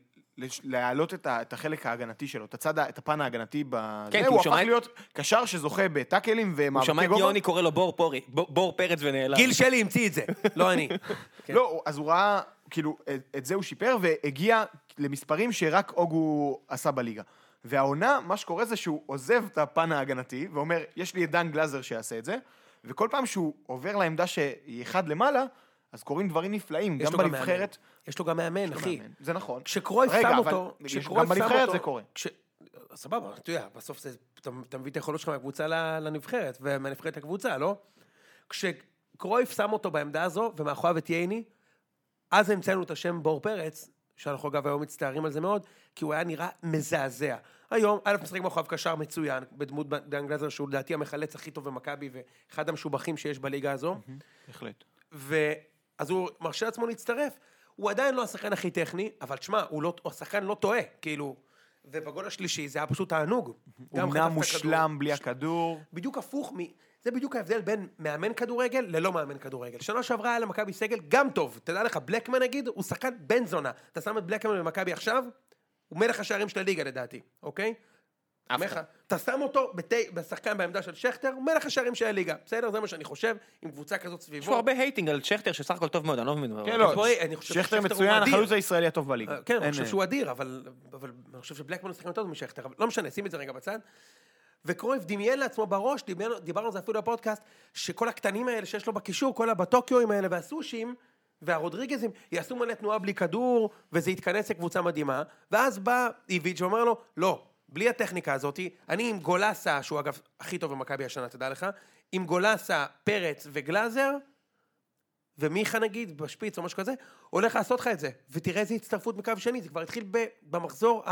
להעלות את החלק ההגנתי שלו, את הפן ההגנתי בזה, כן, כי הוא הוא הפך שמע- להיות קשר שזוכה בטאקלים הוא ומאבקי שמע את גובה. יוני קורא לו בור פרץ ונעלם. גיל שלי המציא את זה, לא אני. כן. לא, אז הוא ראה, כאילו, את זה הוא שיפר, והגיע למספרים שרק אוגו עשה בליגה. והעונה, מה שקורה זה שהוא עוזב את הפן ההגנתי, ואומר, יש לי את דן גלזר שיעשה את זה, וכל פעם שהוא עובר לעמדה שהיא אחד למעלה, אז קוראים דברים נפלאים, יש גם לו גם בנבחרת. מאמן. יש לו גם מאמן, אחי. זה נכון. כשקרויף רגע, שם אבל אותו, גם בנבחרת זה קורה. סבבה, אתה יודע, בסוף אתה מביא את היכולות שלך מהקבוצה לנבחרת, ומהנבחרת לקבוצה, לא? כשקרויף שם אותו בעמדה הזו, ומאחוריו את ייני, אז המצאנו את השם בור פרץ, שאנחנו אגב היום מצטערים על זה מאוד, כי הוא היה נראה מזעזע. היום, משחק מאחוריו קשר מצוין, בדמות דן גלזר, שהוא לדעתי המחלץ הכי טוב במכבי, ואחד המשובחים שיש בליגה הזו. בהחלט. אז הוא מרשה לעצמו להצטרף, הוא עדיין לא השחקן הכי טכני, אבל תשמע, השחקן לא טועה, כאילו, ובגול השלישי זה היה פשוט תענוג. הוא אמנם מושלם בלי הכדור. בדיוק הפוך, זה בדיוק ההבדל בין מאמן כדורגל ללא מאמן כדורגל. שנה שעברה היה למכבי סגל גם טוב, תדע לך, בלקמן נגיד, הוא שחקן בן זונה. אתה שם את בלקמן במכבי עכשיו, הוא מלך השערים של הליגה לדעתי, אוקיי? אתה שם אותו בשחקן בעמדה של שכטר, הוא מלך השערים של הליגה, בסדר? זה מה שאני חושב, עם קבוצה כזאת סביבו. יש פה הרבה הייטינג על שכטר שסך הכל טוב מאוד, אני לא מבין. כן, לא, אני חושב שכטר מצוין, החלוץ הישראלי הטוב בליגה. כן, אני חושב שהוא אדיר, אבל אני חושב שבלקמן הוא שחקן יותר טוב משכטר, אבל לא משנה, שים את זה רגע בצד. וקרויף דמיין לעצמו בראש, דיברנו על זה אפילו בפודקאסט, שכל הקטנים האלה שיש לו בקישור, כל הבטוקיואים האלה והסושים, והרודריגזים, יעשו מלא תנועה בלי כדור, וזה יתכנס לקבוצה מדהימה, ואז בא איביץ' ואומר לו, לא, בלי הטכניקה הזאת, אני עם גולסה, שהוא אגב הכי טוב במכבי השנה, תדע לך, עם גולסה, פרץ וגלזר, ומיכה נגיד, בשפיץ או משהו כזה, הולך לעשות לך את זה, ותראה איזה הצטרפות מקו שני, זה כבר התחיל במחזור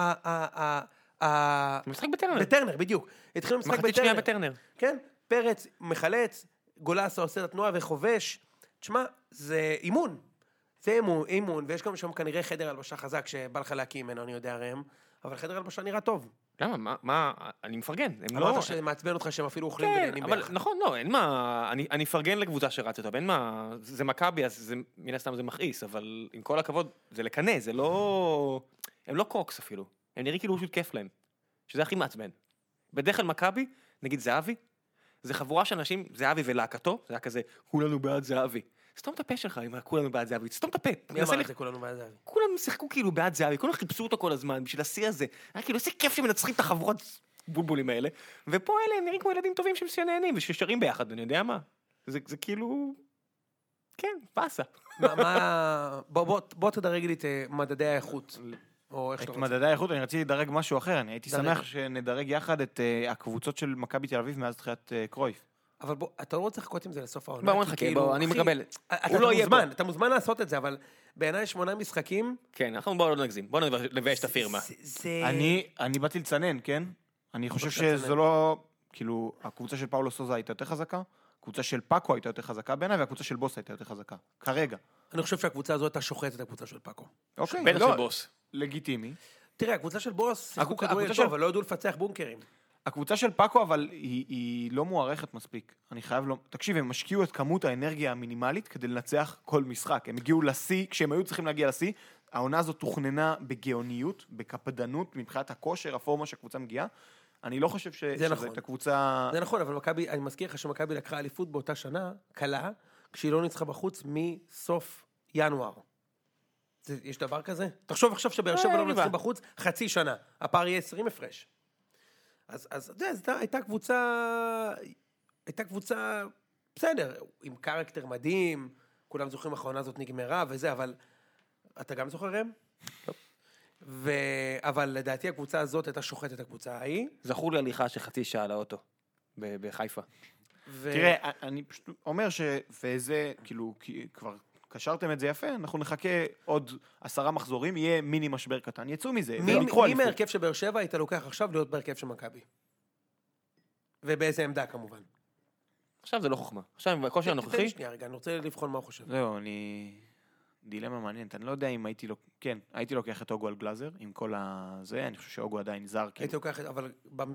משחק בטרנר. בטרנר, בדיוק. התחילו משחק מחצית שנייה בטרנר. כן, פרץ מחלץ, גולסה עושה את התנועה וחובש. תשמע, זה אימון. זה אימון, ויש גם שם כנראה חדר הלבשה חזק שבא לך להקים ממנו, אני יודע ראם, אבל חדר הלבשה נראה טוב. למה? מה? אני מפרגן. אמרת שמעצבן אותך שהם אפילו אוכלים ונהנים אבל ביחד. נכון, לא, אין מה, אני אפרגן לקבוצה שרצת אותה, אין מה, זה מכבי, אז מן הסתם זה מכעיס, אבל עם כל הכבוד, זה לקנה, זה לא, הם לא קוקס אפילו, הם נראים כאילו פשוט כיף להם, שזה הכי מעצבן. בדרך כלל מכבי, נגיד זהבי, זה חבורה של אנשים, זהבי ולהקתו, זה היה כזה, כולנו בעד זהבי. סתום את הפה שלך, אם כולנו בעד זהבי, סתום את הפה. מי אמר את זה כולנו בעד זהבי? כולם שיחקו כאילו בעד זהבי, כולם חיפשו אותו כל הזמן, בשביל השיא הזה. היה כאילו, איזה כיף שמנצחים את החבורות בולבולים האלה, ופה אלה הם נראים כמו ילדים טובים שנהנים, וששרים ביחד, אני יודע מה. זה כאילו, כן, פסה. בוא תדרג לי את מדדי האיכות, או איך שאתה את רוצה. מדדי האיכות, אני רציתי לדרג משהו אחר, אני הייתי דרג. שמח שנדרג יחד את הקבוצות של מכבי תל אביב מאז תחילת קרויף. אבל בוא, אתה לא רוצה לחכות עם זה לסוף העונה. בוא כי נחכה, כאילו, בוא, אני אחי, מקבל. אתה הוא לא יהיה מוזמן, פה. אתה מוזמן לעשות את זה, אבל בעיניי 8 משחקים, כן, אנחנו בואו לא נגזים, בואו נבייש את הפירמה. זה... אני באתי לצנן, כן? אני חושב בבקשה, שזו צנן. לא, כאילו, הקבוצה של פאולו סוזה הייתה יותר חזקה, הקבוצה של פאקו הייתה יותר חזקה בעיניי, והקבוצה של בוס הייתה יותר חזקה, כרגע. אני חושב שהקבוצה הזו הייתה שוחטת את הקבוצה של פאקו. אוקיי, בטח לא, של בוס. לגיטימי. תראה, הקבוצה של בוס, שיחקו הקבוצה כדורגל של- טוב, אבל לא ידעו לפצח בונקרים. הקבוצה של פאקו, אבל היא לא מוערכת מספיק. אני חייב לא... תקשיב, הם השקיעו את כמות האנרגיה המינימלית כדי לנצח כל משחק. הם הגיעו לשיא, כשהם היו צריכים להגיע לשיא, העונה הזאת תוכננה בגאוניות, בקפדנות, מבחינת הכושר, הפורמה שהקבוצה מגיעה. אני לא חושב שזו נכון. הייתה קבוצה... זה נכון, אבל מכבי, אני מזכיר לך שמכבי לקחה אליפות באותה שנה, קלה, כשהיא לא ניצחה בחוץ מסוף ינואר. יש דבר כזה? תחשוב עכשיו שבאר שבע לא נצחים בחוץ, חצי שנה. הפער יהיה 20 הפרש. אז אתה יודע, הייתה קבוצה, בסדר, עם קרקטר מדהים, כולם זוכרים האחרונה הזאת נגמרה וזה, אבל אתה גם זוכר רם? אבל לדעתי הקבוצה הזאת הייתה שוחטת את הקבוצה ההיא. זכור לי הליכה של חצי שעה לאוטו. בחיפה. תראה, אני פשוט אומר וזה, כאילו, כבר קשרתם את זה יפה, אנחנו נחכה עוד 10 מחזורים, יהיה מיני משבר קטן, יצאו מזה, מי מהרכב של באר שבע היית לוקח עכשיו להיות בהרכב של מכבי? ובאיזה עמדה כמובן? עכשיו זה לא חוכמה. עכשיו, בכושר הנוכחי... תן לי שנייה רגע, אני רוצה לבחון מה הוא חושב. זהו, דילמה מעניינת, אני לא יודע אם הייתי לוקח את אוגו על גלאזר, עם כל הזה, אני חושב שאוגו עדיין זר. הייתי לוקח, אבל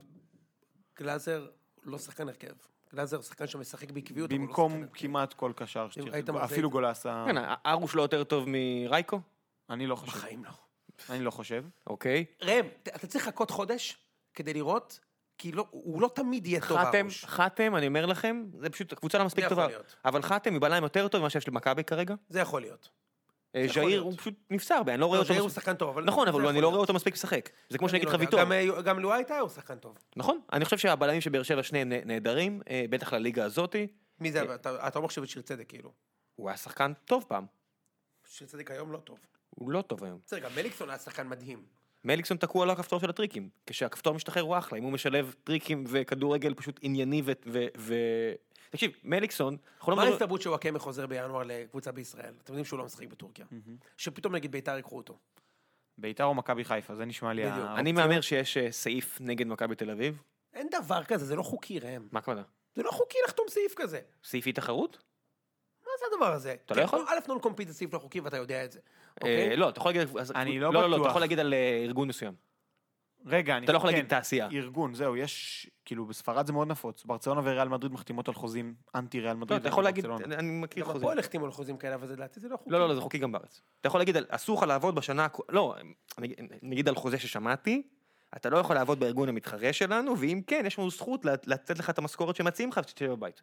גלאזר לא שחקן הרכב. גלאזר שחקן שמשחק בעקביות. במקום כמעט כל קשר, אפילו גולסה. כן, הארוש לא יותר טוב מרייקו? אני לא חושב. בחיים לא. אני לא חושב. אוקיי. ראם, אתה צריך לחכות חודש כדי לראות, כי הוא לא תמיד יהיה טוב הארוש. חתם, אני אומר לכם, זה פשוט, הקבוצה לא מספיק טובה. אבל חתם היא בליים יותר טוב ממה שיש למכבי כרגע. זה יכול להיות. ז'איר הוא פשוט נפסר, אני לא רואה אותו... ז'איר הוא שחקן טוב, נכון, אבל אני לא רואה אותו מספיק לשחק. זה כמו שנגיד לך ויטור. גם לואי הייתה הוא שחקן טוב. נכון, אני חושב שהבלמים של באר שבע שניהם נהדרים, בטח לליגה הזאת. מי זה? אתה לא מחשב את שיר צדק כאילו. הוא היה שחקן טוב פעם. שיר צדק היום לא טוב. הוא לא טוב היום. בסדר, גם מליקסון היה שחקן מדהים. מליקסון תקוע על הכפתור של הטריקים. כשהכפתור משתחרר הוא אחלה, אם הוא משלב טריקים וכדורגל פשוט ענייני תקשיב, מליקסון... מה ההסתברות שוואקמה חוזר בינואר לקבוצה בישראל? אתם יודעים שהוא לא משחק בטורקיה. שפתאום נגיד ביתר יקחו אותו. ביתר או מכבי חיפה, זה נשמע לי... אני מאמר שיש סעיף נגד מכבי תל אביב. אין דבר כזה, זה לא חוקי, ראם. מה הכוונה? זה לא חוקי לחתום סעיף כזה. סעיף אי תחרות? מה זה הדבר הזה? אתה לא יכול? א' נון קומפיט זה סעיף לא חוקי ואתה יודע את זה. לא, אתה יכול להגיד... אני לא לא, בטוח. אתה יכול להגיד על ארגון מסוים. רגע, אתה לא יכול להגיד תעשייה. ארגון, זהו, יש, כאילו, בספרד זה מאוד נפוץ. ברצלונה וריאל מדריד מחתימות על חוזים אנטי ריאל מדריד. אתה יכול להגיד, אני מכיר גם חוזים. הפועל החתימו על חוזים כאלה, אבל זה לדעתי זה לא חוקי. לא, זה חוקי גם בארץ. אתה יכול להגיד, אסור לך לעבוד בשנה, לא, נגיד על חוזה ששמעתי, אתה לא יכול לעבוד בארגון המתחרה שלנו, ואם כן, יש לנו זכות לתת לך את המשכורת שמציעים לך ותשב בבית.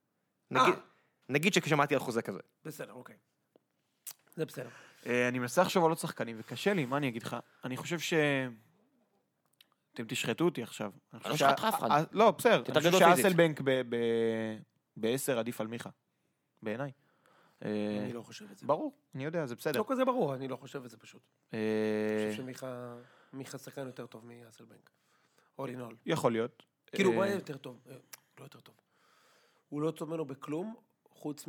נגיד ששמעתי על חוזה כזה. בסדר, אוקיי. זה בסדר. אני מנסה לחשוב על עוד שחקנים, וקשה לי, מה אני אגיד לך? אני חושב אתם תשחטו אותי עכשיו. אני לא שחט אף אחד. לא, בסדר. אתה אני גדול חושב פיזית. שאסלבנק ב-10 עדיף על מיכה. בעיניי. אני לא חושב את זה. ברור, אני יודע, זה בסדר. לא כזה ברור, אני לא חושב את זה פשוט. אה, אני חושב שמיכה שחקן יותר טוב מאסלבנק. all in all. יכול להיות. כאילו, הוא היה יותר טוב. לא יותר טוב. הוא לא טוב ממנו בכלום, חוץ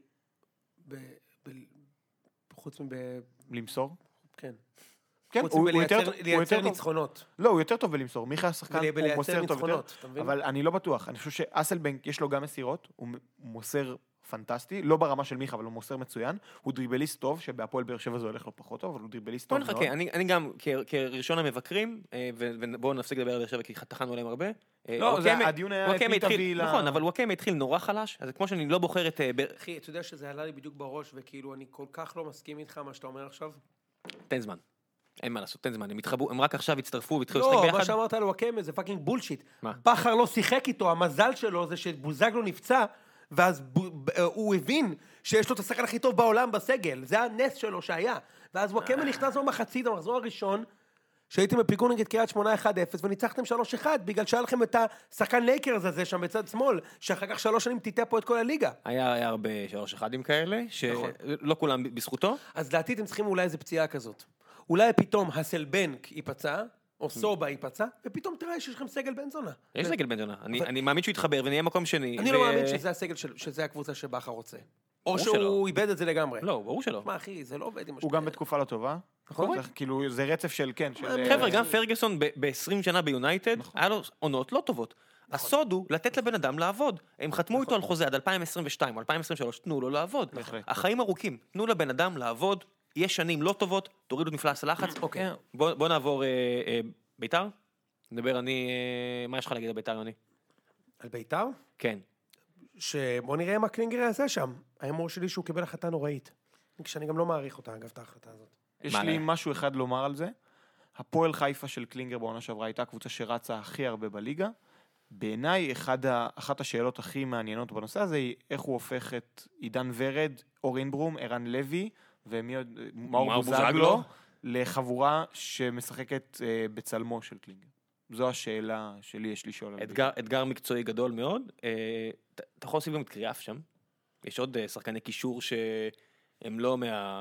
למסור? כן. כן, חוץ הוא מלייצר ניצחונות. לא, הוא יותר טוב בלמסור. מיכה השחקן, הוא ולייצר מוסר טוב יותר. ניצחונות, אתה מבין? אבל אני לא בטוח. אני חושב שאסלבנק יש לו גם מסירות, הוא מוסר פנטסטי, לא ברמה של מיכה, אבל הוא מוסר מצוין. הוא דריבליסט טוב, שבהפועל באר שבע זה הולך לו פחות טוב, אבל הוא דריבליסט טוב בוא מאוד. נחכה, אני גם, כראשון המבקרים, ובואו נפסיק לדבר על באר שבע, כי טחנו עליהם הרבה. לא, הדיון היה את מי תביא נכון, אבל וואקמה התחיל נורא חלש, אז כמו שאני לא בוחר את... אחי, אתה יודע שזה עלה לי בדיוק בראש, וכאילו אני כל כך לא מסכים איתך מה שאתה אומר עכשיו. תן זמן. אין מה לעשות, תן זמן, הם רק עכשיו הצטרפו והתחילו לשחק ביחד. לא, מה שאמרת על וואקמה זה פאקינג בולשיט. מה? בכר לא שיחק איתו, המזל שלו זה שבוזגלו נפצע, ואז הוא הבין שיש לו את השחקן הכי טוב בעולם בסגל, זה הנס שלו שהיה. ואז וואקמה נכנס במחצית, המחזור הראשון, שהייתם בפיגור נגד קריית 8-1-0, וניצחתם 3-1, בגלל שהיה לכם את השחקן לייקרס הזה שם בצד שמאל, שאחר כך 3 שנים טיטה פה את כל הליגה. היה הרבה 3-1 כאלה, שלא כולם בזכותו. אז לדעתי אתם צריכים אולי איזה פציעה כזאת. אולי פתאום הסלבנק ייפצע, או סובה ייפצע, ופתאום תראה שיש לכם סגל בן זונה. יש סגל בן זונה, אני מאמין שהוא יתחבר ונהיה מקום שני. אני לא מאמין שזה הסגל, שזה הקבוצה שבכר רוצה. או שהוא איבד את זה לגמרי. לא, ברור שלא. מה אחי, זה לא עובד עם הוא גם בתקופה לא טובה. נכון. כאילו, זה רצף של, כן. חבר'ה, גם פרגוסון ב-20 שנה ביונייטד, היה לו עונות לא טובות. הסוד הוא לתת לבן אדם לעבוד. הם חתמו איתו על חוזה עד 2022 או 2023, תנו לו לעבוד. החיים ארוכים, תנו לבן אדם לעבוד, יש שנים לא טובות, תורידו את מפלס הלחץ. אוקיי. בוא נעבור ביתר. נדבר מה יש לך להגיד על ביתר, יוני? על ביתר? כן. שבוא נראה מה קלינגר יעשה שם. האמור שלי שהוא קיבל החלטה נוראית. כשאני גם לא מעריך אותה, אגב, את ההחלטה הזאת. יש לי משהו אחד לומר על זה. הפועל חיפה של קלינגר בעונה שעברה הייתה הקבוצה שרצה הכי הרבה בליגה. בעיניי, אחת השאלות הכי מעניינות בנושא הזה היא איך הוא הופך את עידן ורד, אורין ברום, ערן לוי, ומאור בוזגלו, לחבורה שמשחקת בצלמו של קלינגר. זו השאלה שלי, יש לי שואל. אתגר מקצועי גדול מאוד. אתה יכול להוסיף גם את קריאף שם. יש עוד שחקני קישור שהם לא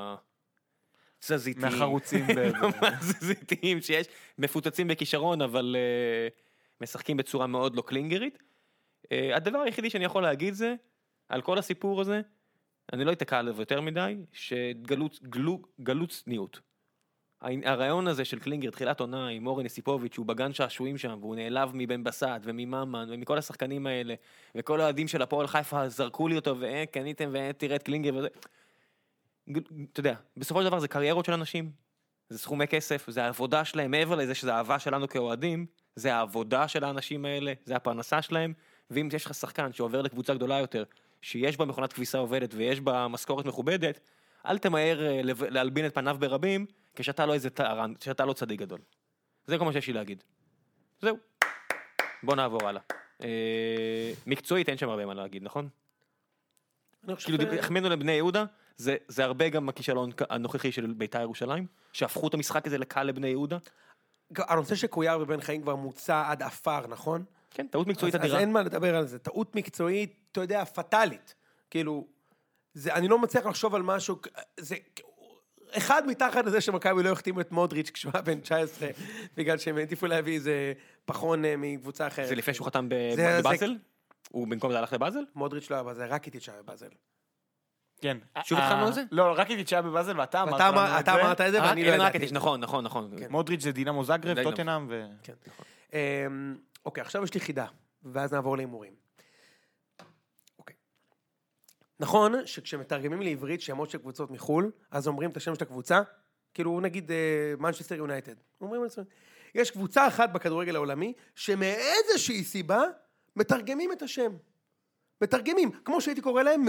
מהתזזיתיים. מהחרוצים. מהתזזיתיים שיש, מפוצצים בכישרון, אבל משחקים בצורה מאוד לא קלינגרית. הדבר היחידי שאני יכול להגיד זה, על כל הסיפור הזה, אני לא אתקע עליו יותר מדי, שגלות צניעות. הרעיון הזה של קלינגר, תחילת עונה עם אורן יסיפוביץ', הוא בגן שעשועים שם, והוא נעלב מבן בסט ומממן ומכל השחקנים האלה, וכל האוהדים של הפועל חיפה זרקו לי אותו, קניתם ותראה את קלינגר וזה. אתה יודע, בסופו של דבר זה קריירות של אנשים, זה סכומי כסף, זה העבודה שלהם, מעבר לזה שזה האהבה שלנו כאוהדים, זה העבודה של האנשים האלה, זה הפרנסה שלהם, ואם יש לך שחקן שעובר לקבוצה גדולה יותר, שיש בה מכונת כביסה עובדת ויש בה משכורת מכובדת, אל תמהר להלבין את פניו ברבים, כשאתה לא איזה טהרן, כשאתה לא צדיק גדול. זה כל מה שיש לי להגיד. זהו. בוא נעבור הלאה. מקצועית אין שם הרבה מה להגיד, נכון? כאילו, החמאנו לבני יהודה, זה הרבה גם הכישלון הנוכחי של בית"ר ירושלים, שהפכו את המשחק הזה לקל לבני יהודה. הנושא שקויר בבן חיים כבר מוצא עד אפר, נכון? כן, טעות מקצועית אדירה. אז אין מה לדבר על זה. טעות מקצועית, אתה יודע, פטאלית. כאילו, אני לא מצליח לחשוב על משהו, זה אחד מתחת לזה שמכבי לא החתימו את מודריץ' כשהוא היה בן 19, בגלל שהם העדיפו להביא איזה פחון מקבוצה אחרת. זה לפני שהוא חתם בבאזל? הוא במקום זה הלך לבאזל? מודריץ' לא היה בבאזל, רק איתי שהיה בבאזל. כן. שוב התחלנו על זה? לא, רק איתי שהיה בבאזל ואתה אמרת לנו את זה. אתה אמרת את זה ואני לא ידעתי. נכון. מודריץ' זה דינמו זאגרב, טוטנהאם ו... כן. אוקיי, עכשיו יש לי חידה, ואז נעבור להימורים. אוקיי. נכון שכשמתרגמים לעברית שמות של קבוצות מחול, אז אומרים את השם של הקבוצה, כאילו נגיד מנצ'סטר יונייטד. אומרים לעצמם, יש קבוצה אחת בכדורגל העולמי, שמאיזושהי סיבה מתרגמים את השם. מתרגמים, כמו שהייתי קורא להם,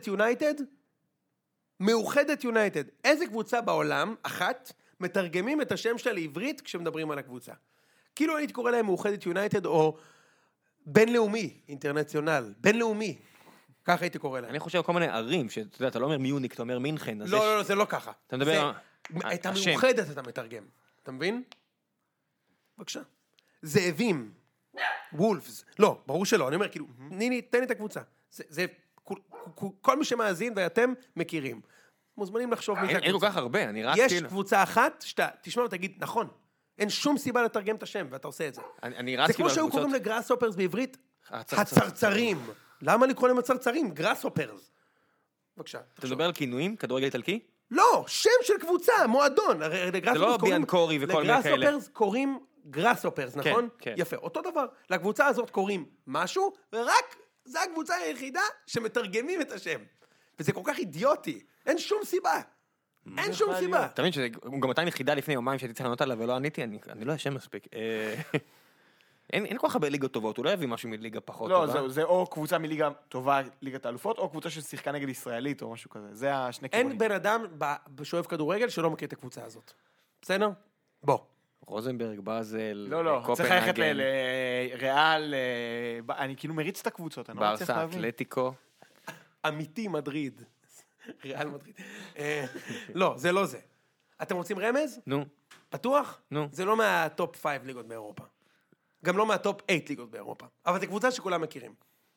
מאוחדת יונייטד. איזה קבוצה בעולם, אחת, מתרגמים את השם שלה לעברית כשמדברים על הקבוצה. כאילו הייתי קורא להם מאוחדת יונייטד או בינלאומי, אינטרנציונל, בינלאומי. ככה הייתי קורא להם. אני חושב כל מיני ערים, שאתה יודע, אתה לא אומר מיוניק, אתה אומר מינכן. לא, זה לא ככה. אתה מדבר... את המאוחדת אתה מתרגם, אתה מבין? בבקשה. זאבים, וולפס, לא, ברור שלא, אני אומר כאילו, תן לי את הקבוצה. זה, כל מי שמאזין ואתם מכירים. מוזמנים לחשוב מי זה הקבוצה. אין כל כך הרבה, אני רק... יש קבוצה אחת שאתה תשמע ותגיד, נכון, אין שום סיבה לתרגם את השם, ואתה עושה את זה. זה כמו שהיו קוראים לגראסהופרס בעברית, הצרצרים. למה לקרוא להם הצרצרים? גראסהופרס. בבקשה. אתה מדבר על כינויים? כדורגל איטלקי? לא, שם של קבוצה, מועדון. זה לא ביאנקורי וכל מיני כאלה. לגראסהופרס קוראים גראסהופרס, נכון? כן. יפה, אותו דבר. לקבוצה הזאת קוראים משהו, ורק זו הקבוצה היחידה שמתרגמים את השם. וזה כל כך אידיוטי. אין שום סיבה. אין שום סיבה. אתה מבין שהוא גם הייתה יחידה לפני יומיים שהייתי צריך לענות עליו ולא עניתי, אני לא אשם מספיק. אין כל כך הרבה ליגות טובות, הוא לא יביא משהו מליגה פחות טובה. לא, זה או קבוצה מליגה טובה, ליגת האלופות, או קבוצה ששיחקה נגד ישראלית או משהו כזה. זה השני כיוונים. אין בן אדם בשואב כדורגל שלא מכיר את הקבוצה הזאת. בסדר? בוא. רוזנברג, באזל, לא, צריך ללכת לריאל, אני כאילו מריץ את הקבוצות, אני לא מצליח ברסה, להבין. אתלטיקו. אמיתי מדריד. ריאל מדריד. לא, זה לא זה. אתם רוצים רמז? נו. בטוח? נו. זה לא מהטופ 5 ליגות באירופה. גם לא מהטופ 8 ליגות באירופה. אבל זו קבוצה שכולם מכירים.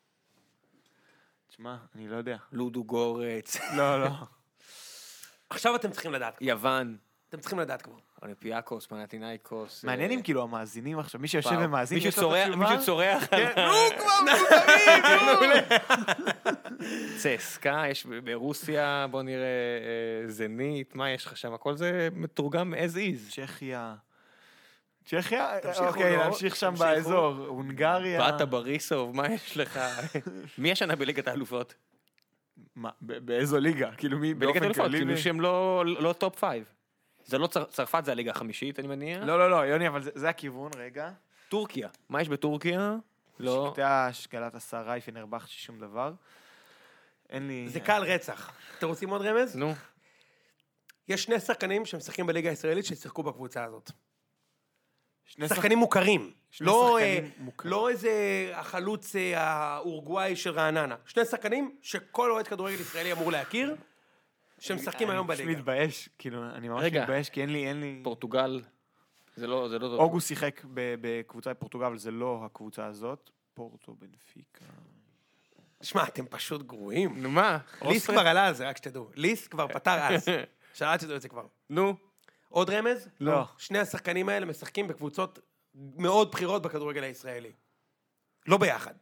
תשמע, אני לא יודע. לודו גורץ. לא. עכשיו אתם צריכים לדעת. יוון. אתם צריכים לדעת כבר. אולימפיאקוס, פנתינייקוס. מעניין אם כאילו המאזינים עכשיו, מי שיושב ומאזין, מישהו צורח. נו כבר, מבוגרים, צסקה, יש ברוסיה, בוא נראה, זנית, מה יש לך שם? הכל זה מתורגם as is. צ'כיה, אוקיי, נמשיך שם באזור, הונגריה. פאטה בריסוב, מה יש לך? מי השנה בליגת האלופות? מה, באיזו ליגה? כאילו מי בליגת באופן האלופות, כללי? כאילו שהם לא טופ 5. זה לא צרפת, זה הליגה החמישית, אני מניח. לא, יוני, אבל זה הכיוון, רגע. טורקיה. מה יש בטורקיה? לא. שקטה, שקלת השרה, פנרבכצ'ה, שום דבר. אין לי... זה קל רצח. אתם רוצים עוד רמז? נו. יש שני שחקנים שמשחקים בליגה הישראלית ששיחקו בקבוצה הזאת. שני שחקנים מוכרים. שני לא, שחקנים מוכרים. לא איזה החלוץ האורוגוואי של רעננה. שני שחקנים שכל אוהד כדורגל ישראלי אמור להכיר, שמשחקים היום בליגה. אני פשוט מתבייש, כאילו, אני ממש מתבייש, כי אין לי... פורטוגל. זה לא... אוגוס שיחק בקבוצה בפורטוגל, אבל זה לא הקבוצה הזאת. פורטו בנפיקה. שמע, אתם פשוט גרועים. נו מה? ליס כבר עלה על זה, רק שתדעו. ליס כבר פתר אז. שאלת שתדעו את זה כבר. נו. עוד רמז? לא. שני השחקנים האלה משחקים בקבוצות מאוד בחירות בכדורגל הישראלי. לא ביחד.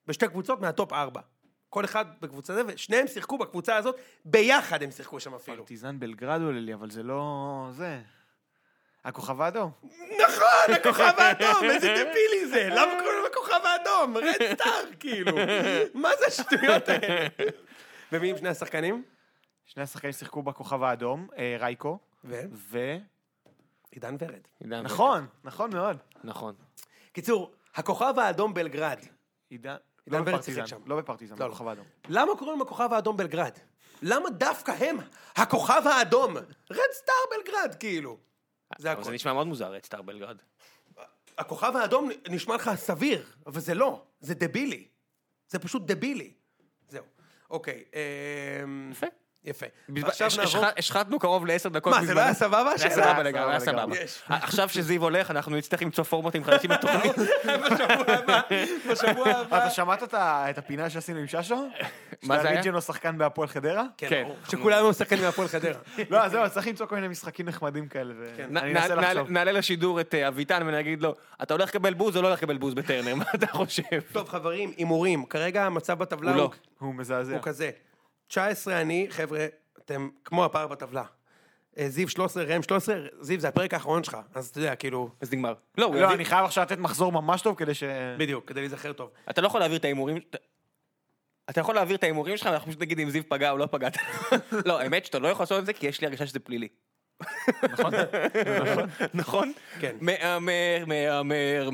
בשתי קבוצות מהטופ 4. כל אחד בקבוצה הזה, ושניהם שיחקו בקבוצה הזאת, ביחד הם שיחקו שם אפילו. פרטיזן בלגרד עולה לי, אבל זה לא... זה... הכוכב האדום. נכון, הכוכב האדום, איזה דבילי זה, למה קוראים לו הכוכב האדום? רד סטאר, כאילו. מה זה השטויות האלה? ומי עם שני השחקנים? שני השחקנים שיחקו בכוכב האדום, רייקו, ו... עידן ורד. נכון, נכון מאוד. נכון. קיצור, הכוכב האדום בלגרד. עידן ורד לא שיחק בפרטיזן, שם. לא בפרטיזן, לא, בכוכב האדום. למה קוראים הכוכב האדום בלגרד? למה דווקא הם הכוכב האדום? רד סטאר בלגרד, כאילו. זה אבל הכל. זה נשמע מאוד מוזר, את סטאר בלגרד. הכוכב האדום נשמע לך סביר, אבל זה לא, זה דבילי. זה פשוט דבילי. זהו. אוקיי. יפה. יפה. עכשיו נעבור... השחטנו קרוב ל10 דקות. מה, זה לא היה סבבה? זה היה סבבה לגמרי, היה סבבה. יש. עכשיו שזיו הולך, אנחנו נצטרך למצוא פורמטים חדשים לתוכנית. בשבוע הבא. אתה שמעת את הפינה שעשינו עם ששו? מה זה היה? ריג'נו שחקן בהפועל חדרה? כן, ברור. שכולנו משחקים מהפועל חדרה. לא, אז זהו, צריך למצוא כל מיני משחקים נחמדים כאלה, ואני אנסה לחשוב. נעלה לשידור את אביטן ונגיד לו, אתה הולך לקבל בוז או לא הולך לקבל בוז בטרנר, מה אתה חושב? טוב, חברים, הימורים. כרגע המצב בטבלה הוא לא. הוא מזעזע. הוא כזה. 19 אני, חבר'ה, אתם כמו הפער בטבלה. זיו 13, ראם 13, זיו זה הפרק האחרון שלך, אז אתה יודע, כאילו... אז נגמר. לא, לא, אני חייב עכשיו לתת מחזור ממש טוב כדי ש... בדיוק, כדי להיזכר טוב. אתה לא יכול להעביר את ההימורים... אתה יכול להעביר את ההימורים שלך, ואנחנו פשוט נגיד אם זיו פגע או לא פגע. לא, האמת שאתה לא יכול לעשות את זה, כי יש לי הרגשה שזה פלילי. נכון? נכון? כן. מהמר.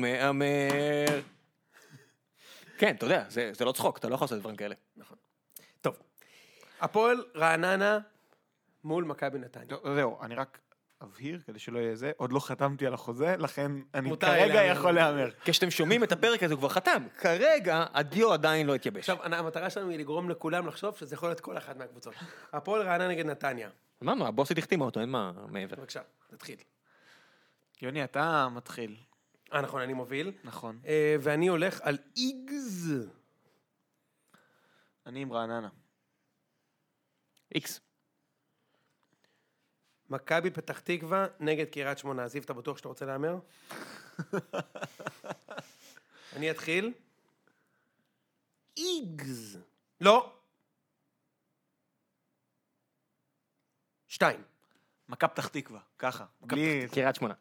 כן, אתה יודע, זה לא צחוק, אתה לא יכול לעשות דברים כאלה. נכון. טוב. הפועל רעננה מול מכבי נתניה. זהו, אני רק אבהיר כדי שלא יהיה זה, עוד לא חתמתי על החוזה, לכן אני מותר כרגע להמר. יכול להמר. כשאתם שומעים את הפרק הזה, הוא כבר חתם. כרגע, הדיו עדיין לא התייבש. עכשיו, המטרה שלנו היא לגרום לכולם לחשוב שזה יכול להיות כל אחת מהקבוצות. הפועל רעננה נגד נתניה. אמרנו, הבוסית החתימה אותו, אין מה מעבר. בבקשה, תתחיל. יוני, אתה מתחיל. נכון, אני מוביל. נכון. ואני הולך על איגז. אני עם רעננה. איקס. מכבי פתח תקווה נגד קריית שמונה. זיו, אתה בטוח שאתה רוצה להמר? אני אתחיל. איגז. לא. 2. מכבי פתח תקווה, ככה. בלי... קריית שמונה.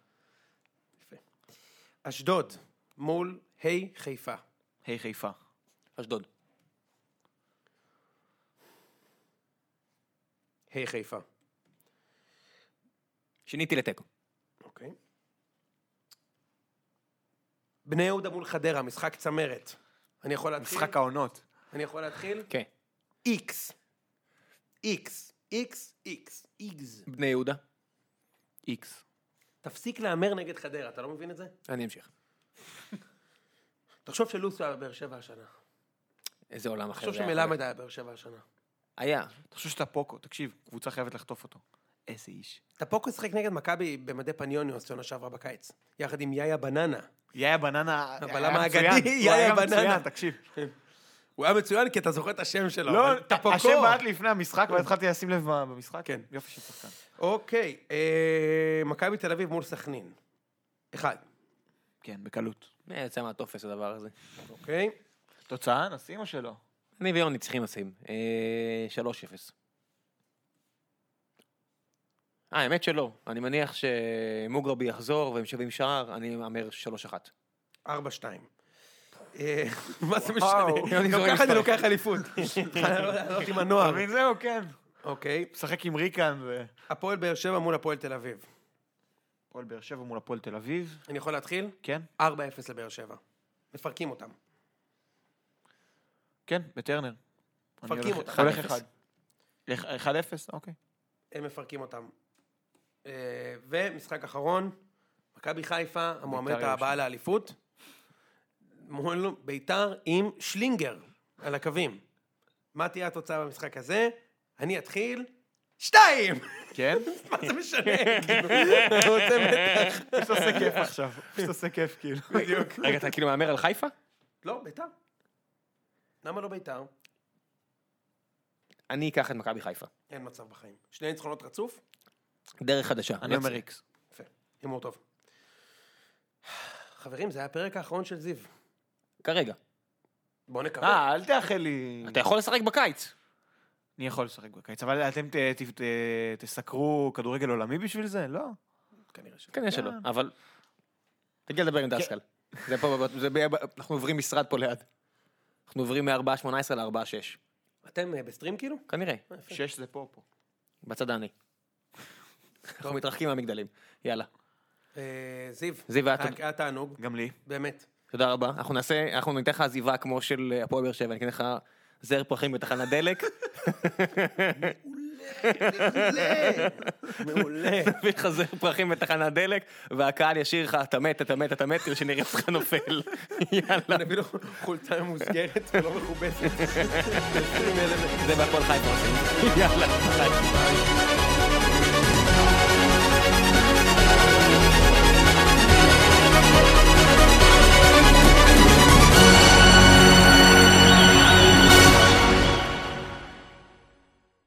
אשדוד מול היי חיפה. היי חיפה. אשדוד. היי חיפה. שיניתי לתיקו. אוקיי. בני יהודה מול חדרה, משחק צמרת. אני יכול להתחיל? משחק העונות. אני יכול להתחיל? כן. איקס. איקס. איקס. איקס. איקס. בני יהודה. איקס. תפסיק להמר נגד חדרה, אתה לא מבין את זה? אני אמשיך. תחשוב שלוסו היה באר שבע השנה. איזה עולם אחר. תחשוב זה היה שמלמד היה באר שבע השנה. היה. אתה חושב שאתה פוקו, תקשיב, קבוצה חייבת לחטוף אותו. איזה איש. טפוקו שחק נגד מכבי במדי פניוניוס שנה שעברה בקיץ. יחד עם יאיה בננה. יאיה בננה... הבלם היה מצוין. האגדי, הוא יאיה היה בננה. מצוין, תקשיב. הוא היה מצוין כי אתה זוכר את השם שלו. לא, אבל טפוקו. השם בעט לפני המשחק, והתחלתי לשים לב במשחק. כן. יופי של שחקן. אוקיי, מכבי תל אביב מול סכנין. 1. כן, בקלות. יצא מהטופס הדבר הזה. אוקיי. תוצאה, נשים או שלא? אני ויוני צריכים לשים. 3-0. האמת שלא. אני מניח שמוגרבי יחזור והם שווים שער, אני אמר 3-1. 4-2. מה זה משנה? גם ככה אני לוקח אליפות. לעלות עם הנוער. תבין זהו, כן. אוקיי. משחק עם ריקן ו... הפועל באר שבע מול הפועל תל אביב. הפועל באר שבע מול הפועל תל אביב. אני יכול להתחיל? כן. 4-0 לבאר שבע. מפרקים אותם. כן, בטרנר. מפרקים אותם. הולך 1. 1-0, אוקיי. הם מפרקים אותם. ומשחק אחרון, מכבי חיפה, המועמדת הבאה לאליפות. מול ביתר עם שלינגר על הקווים. מה תהיה התוצאה במשחק הזה? אני אתחיל 2! כן? מה זה משנה? כאילו, רוצה מתח. פשוט עושה כיף עכשיו. פשוט עושה כיף, כאילו. בדיוק. רגע, אתה כאילו מאמר על חיפה? לא, ביתר. למה לא ביתר? אני אקח את מכבי חיפה. אין מצב בחיים. 2 ניצחונות רצוף? דרך חדשה. אני אומר איקס. יפה, הימור טוב. חברים, זה היה הפרק האחרון של זיו. כרגע. בוא נקווה. אל תאחל לי. אתה יכול לשחק בקיץ. אני יכול לשחק בקיץ, אבל אתם תסקרו כדורגל עולמי בשביל זה? לא. כנראה שלא. כנראה שלא, אבל... תגיע לדבר עם דסקל. זה פה, אנחנו עוברים משרד פה ליד. אנחנו עוברים מ-4.18 ל-4.6. אתם בסטרים כאילו? כנראה. 6 זה פה. בצד העני. אנחנו מתרחקים מהמגדלים. יאללה. זיו. זיו, היה תענוג. גם לי. באמת. תודה רבה. אנחנו ניתן לך עזיבה כמו של הפועל באר שבע, אני אתן לך זר פרחים בתחנת דלק. מעולה. נביא לך זר פרחים בתחנת דלק, והקהל ישיר לך, אתה מת, כדי שנראה אותך נופל. יאללה. נביא לו חולצה ממוסגרת ולא מכובסת. זה בהפועל חיפה עושים. יאללה. ביי.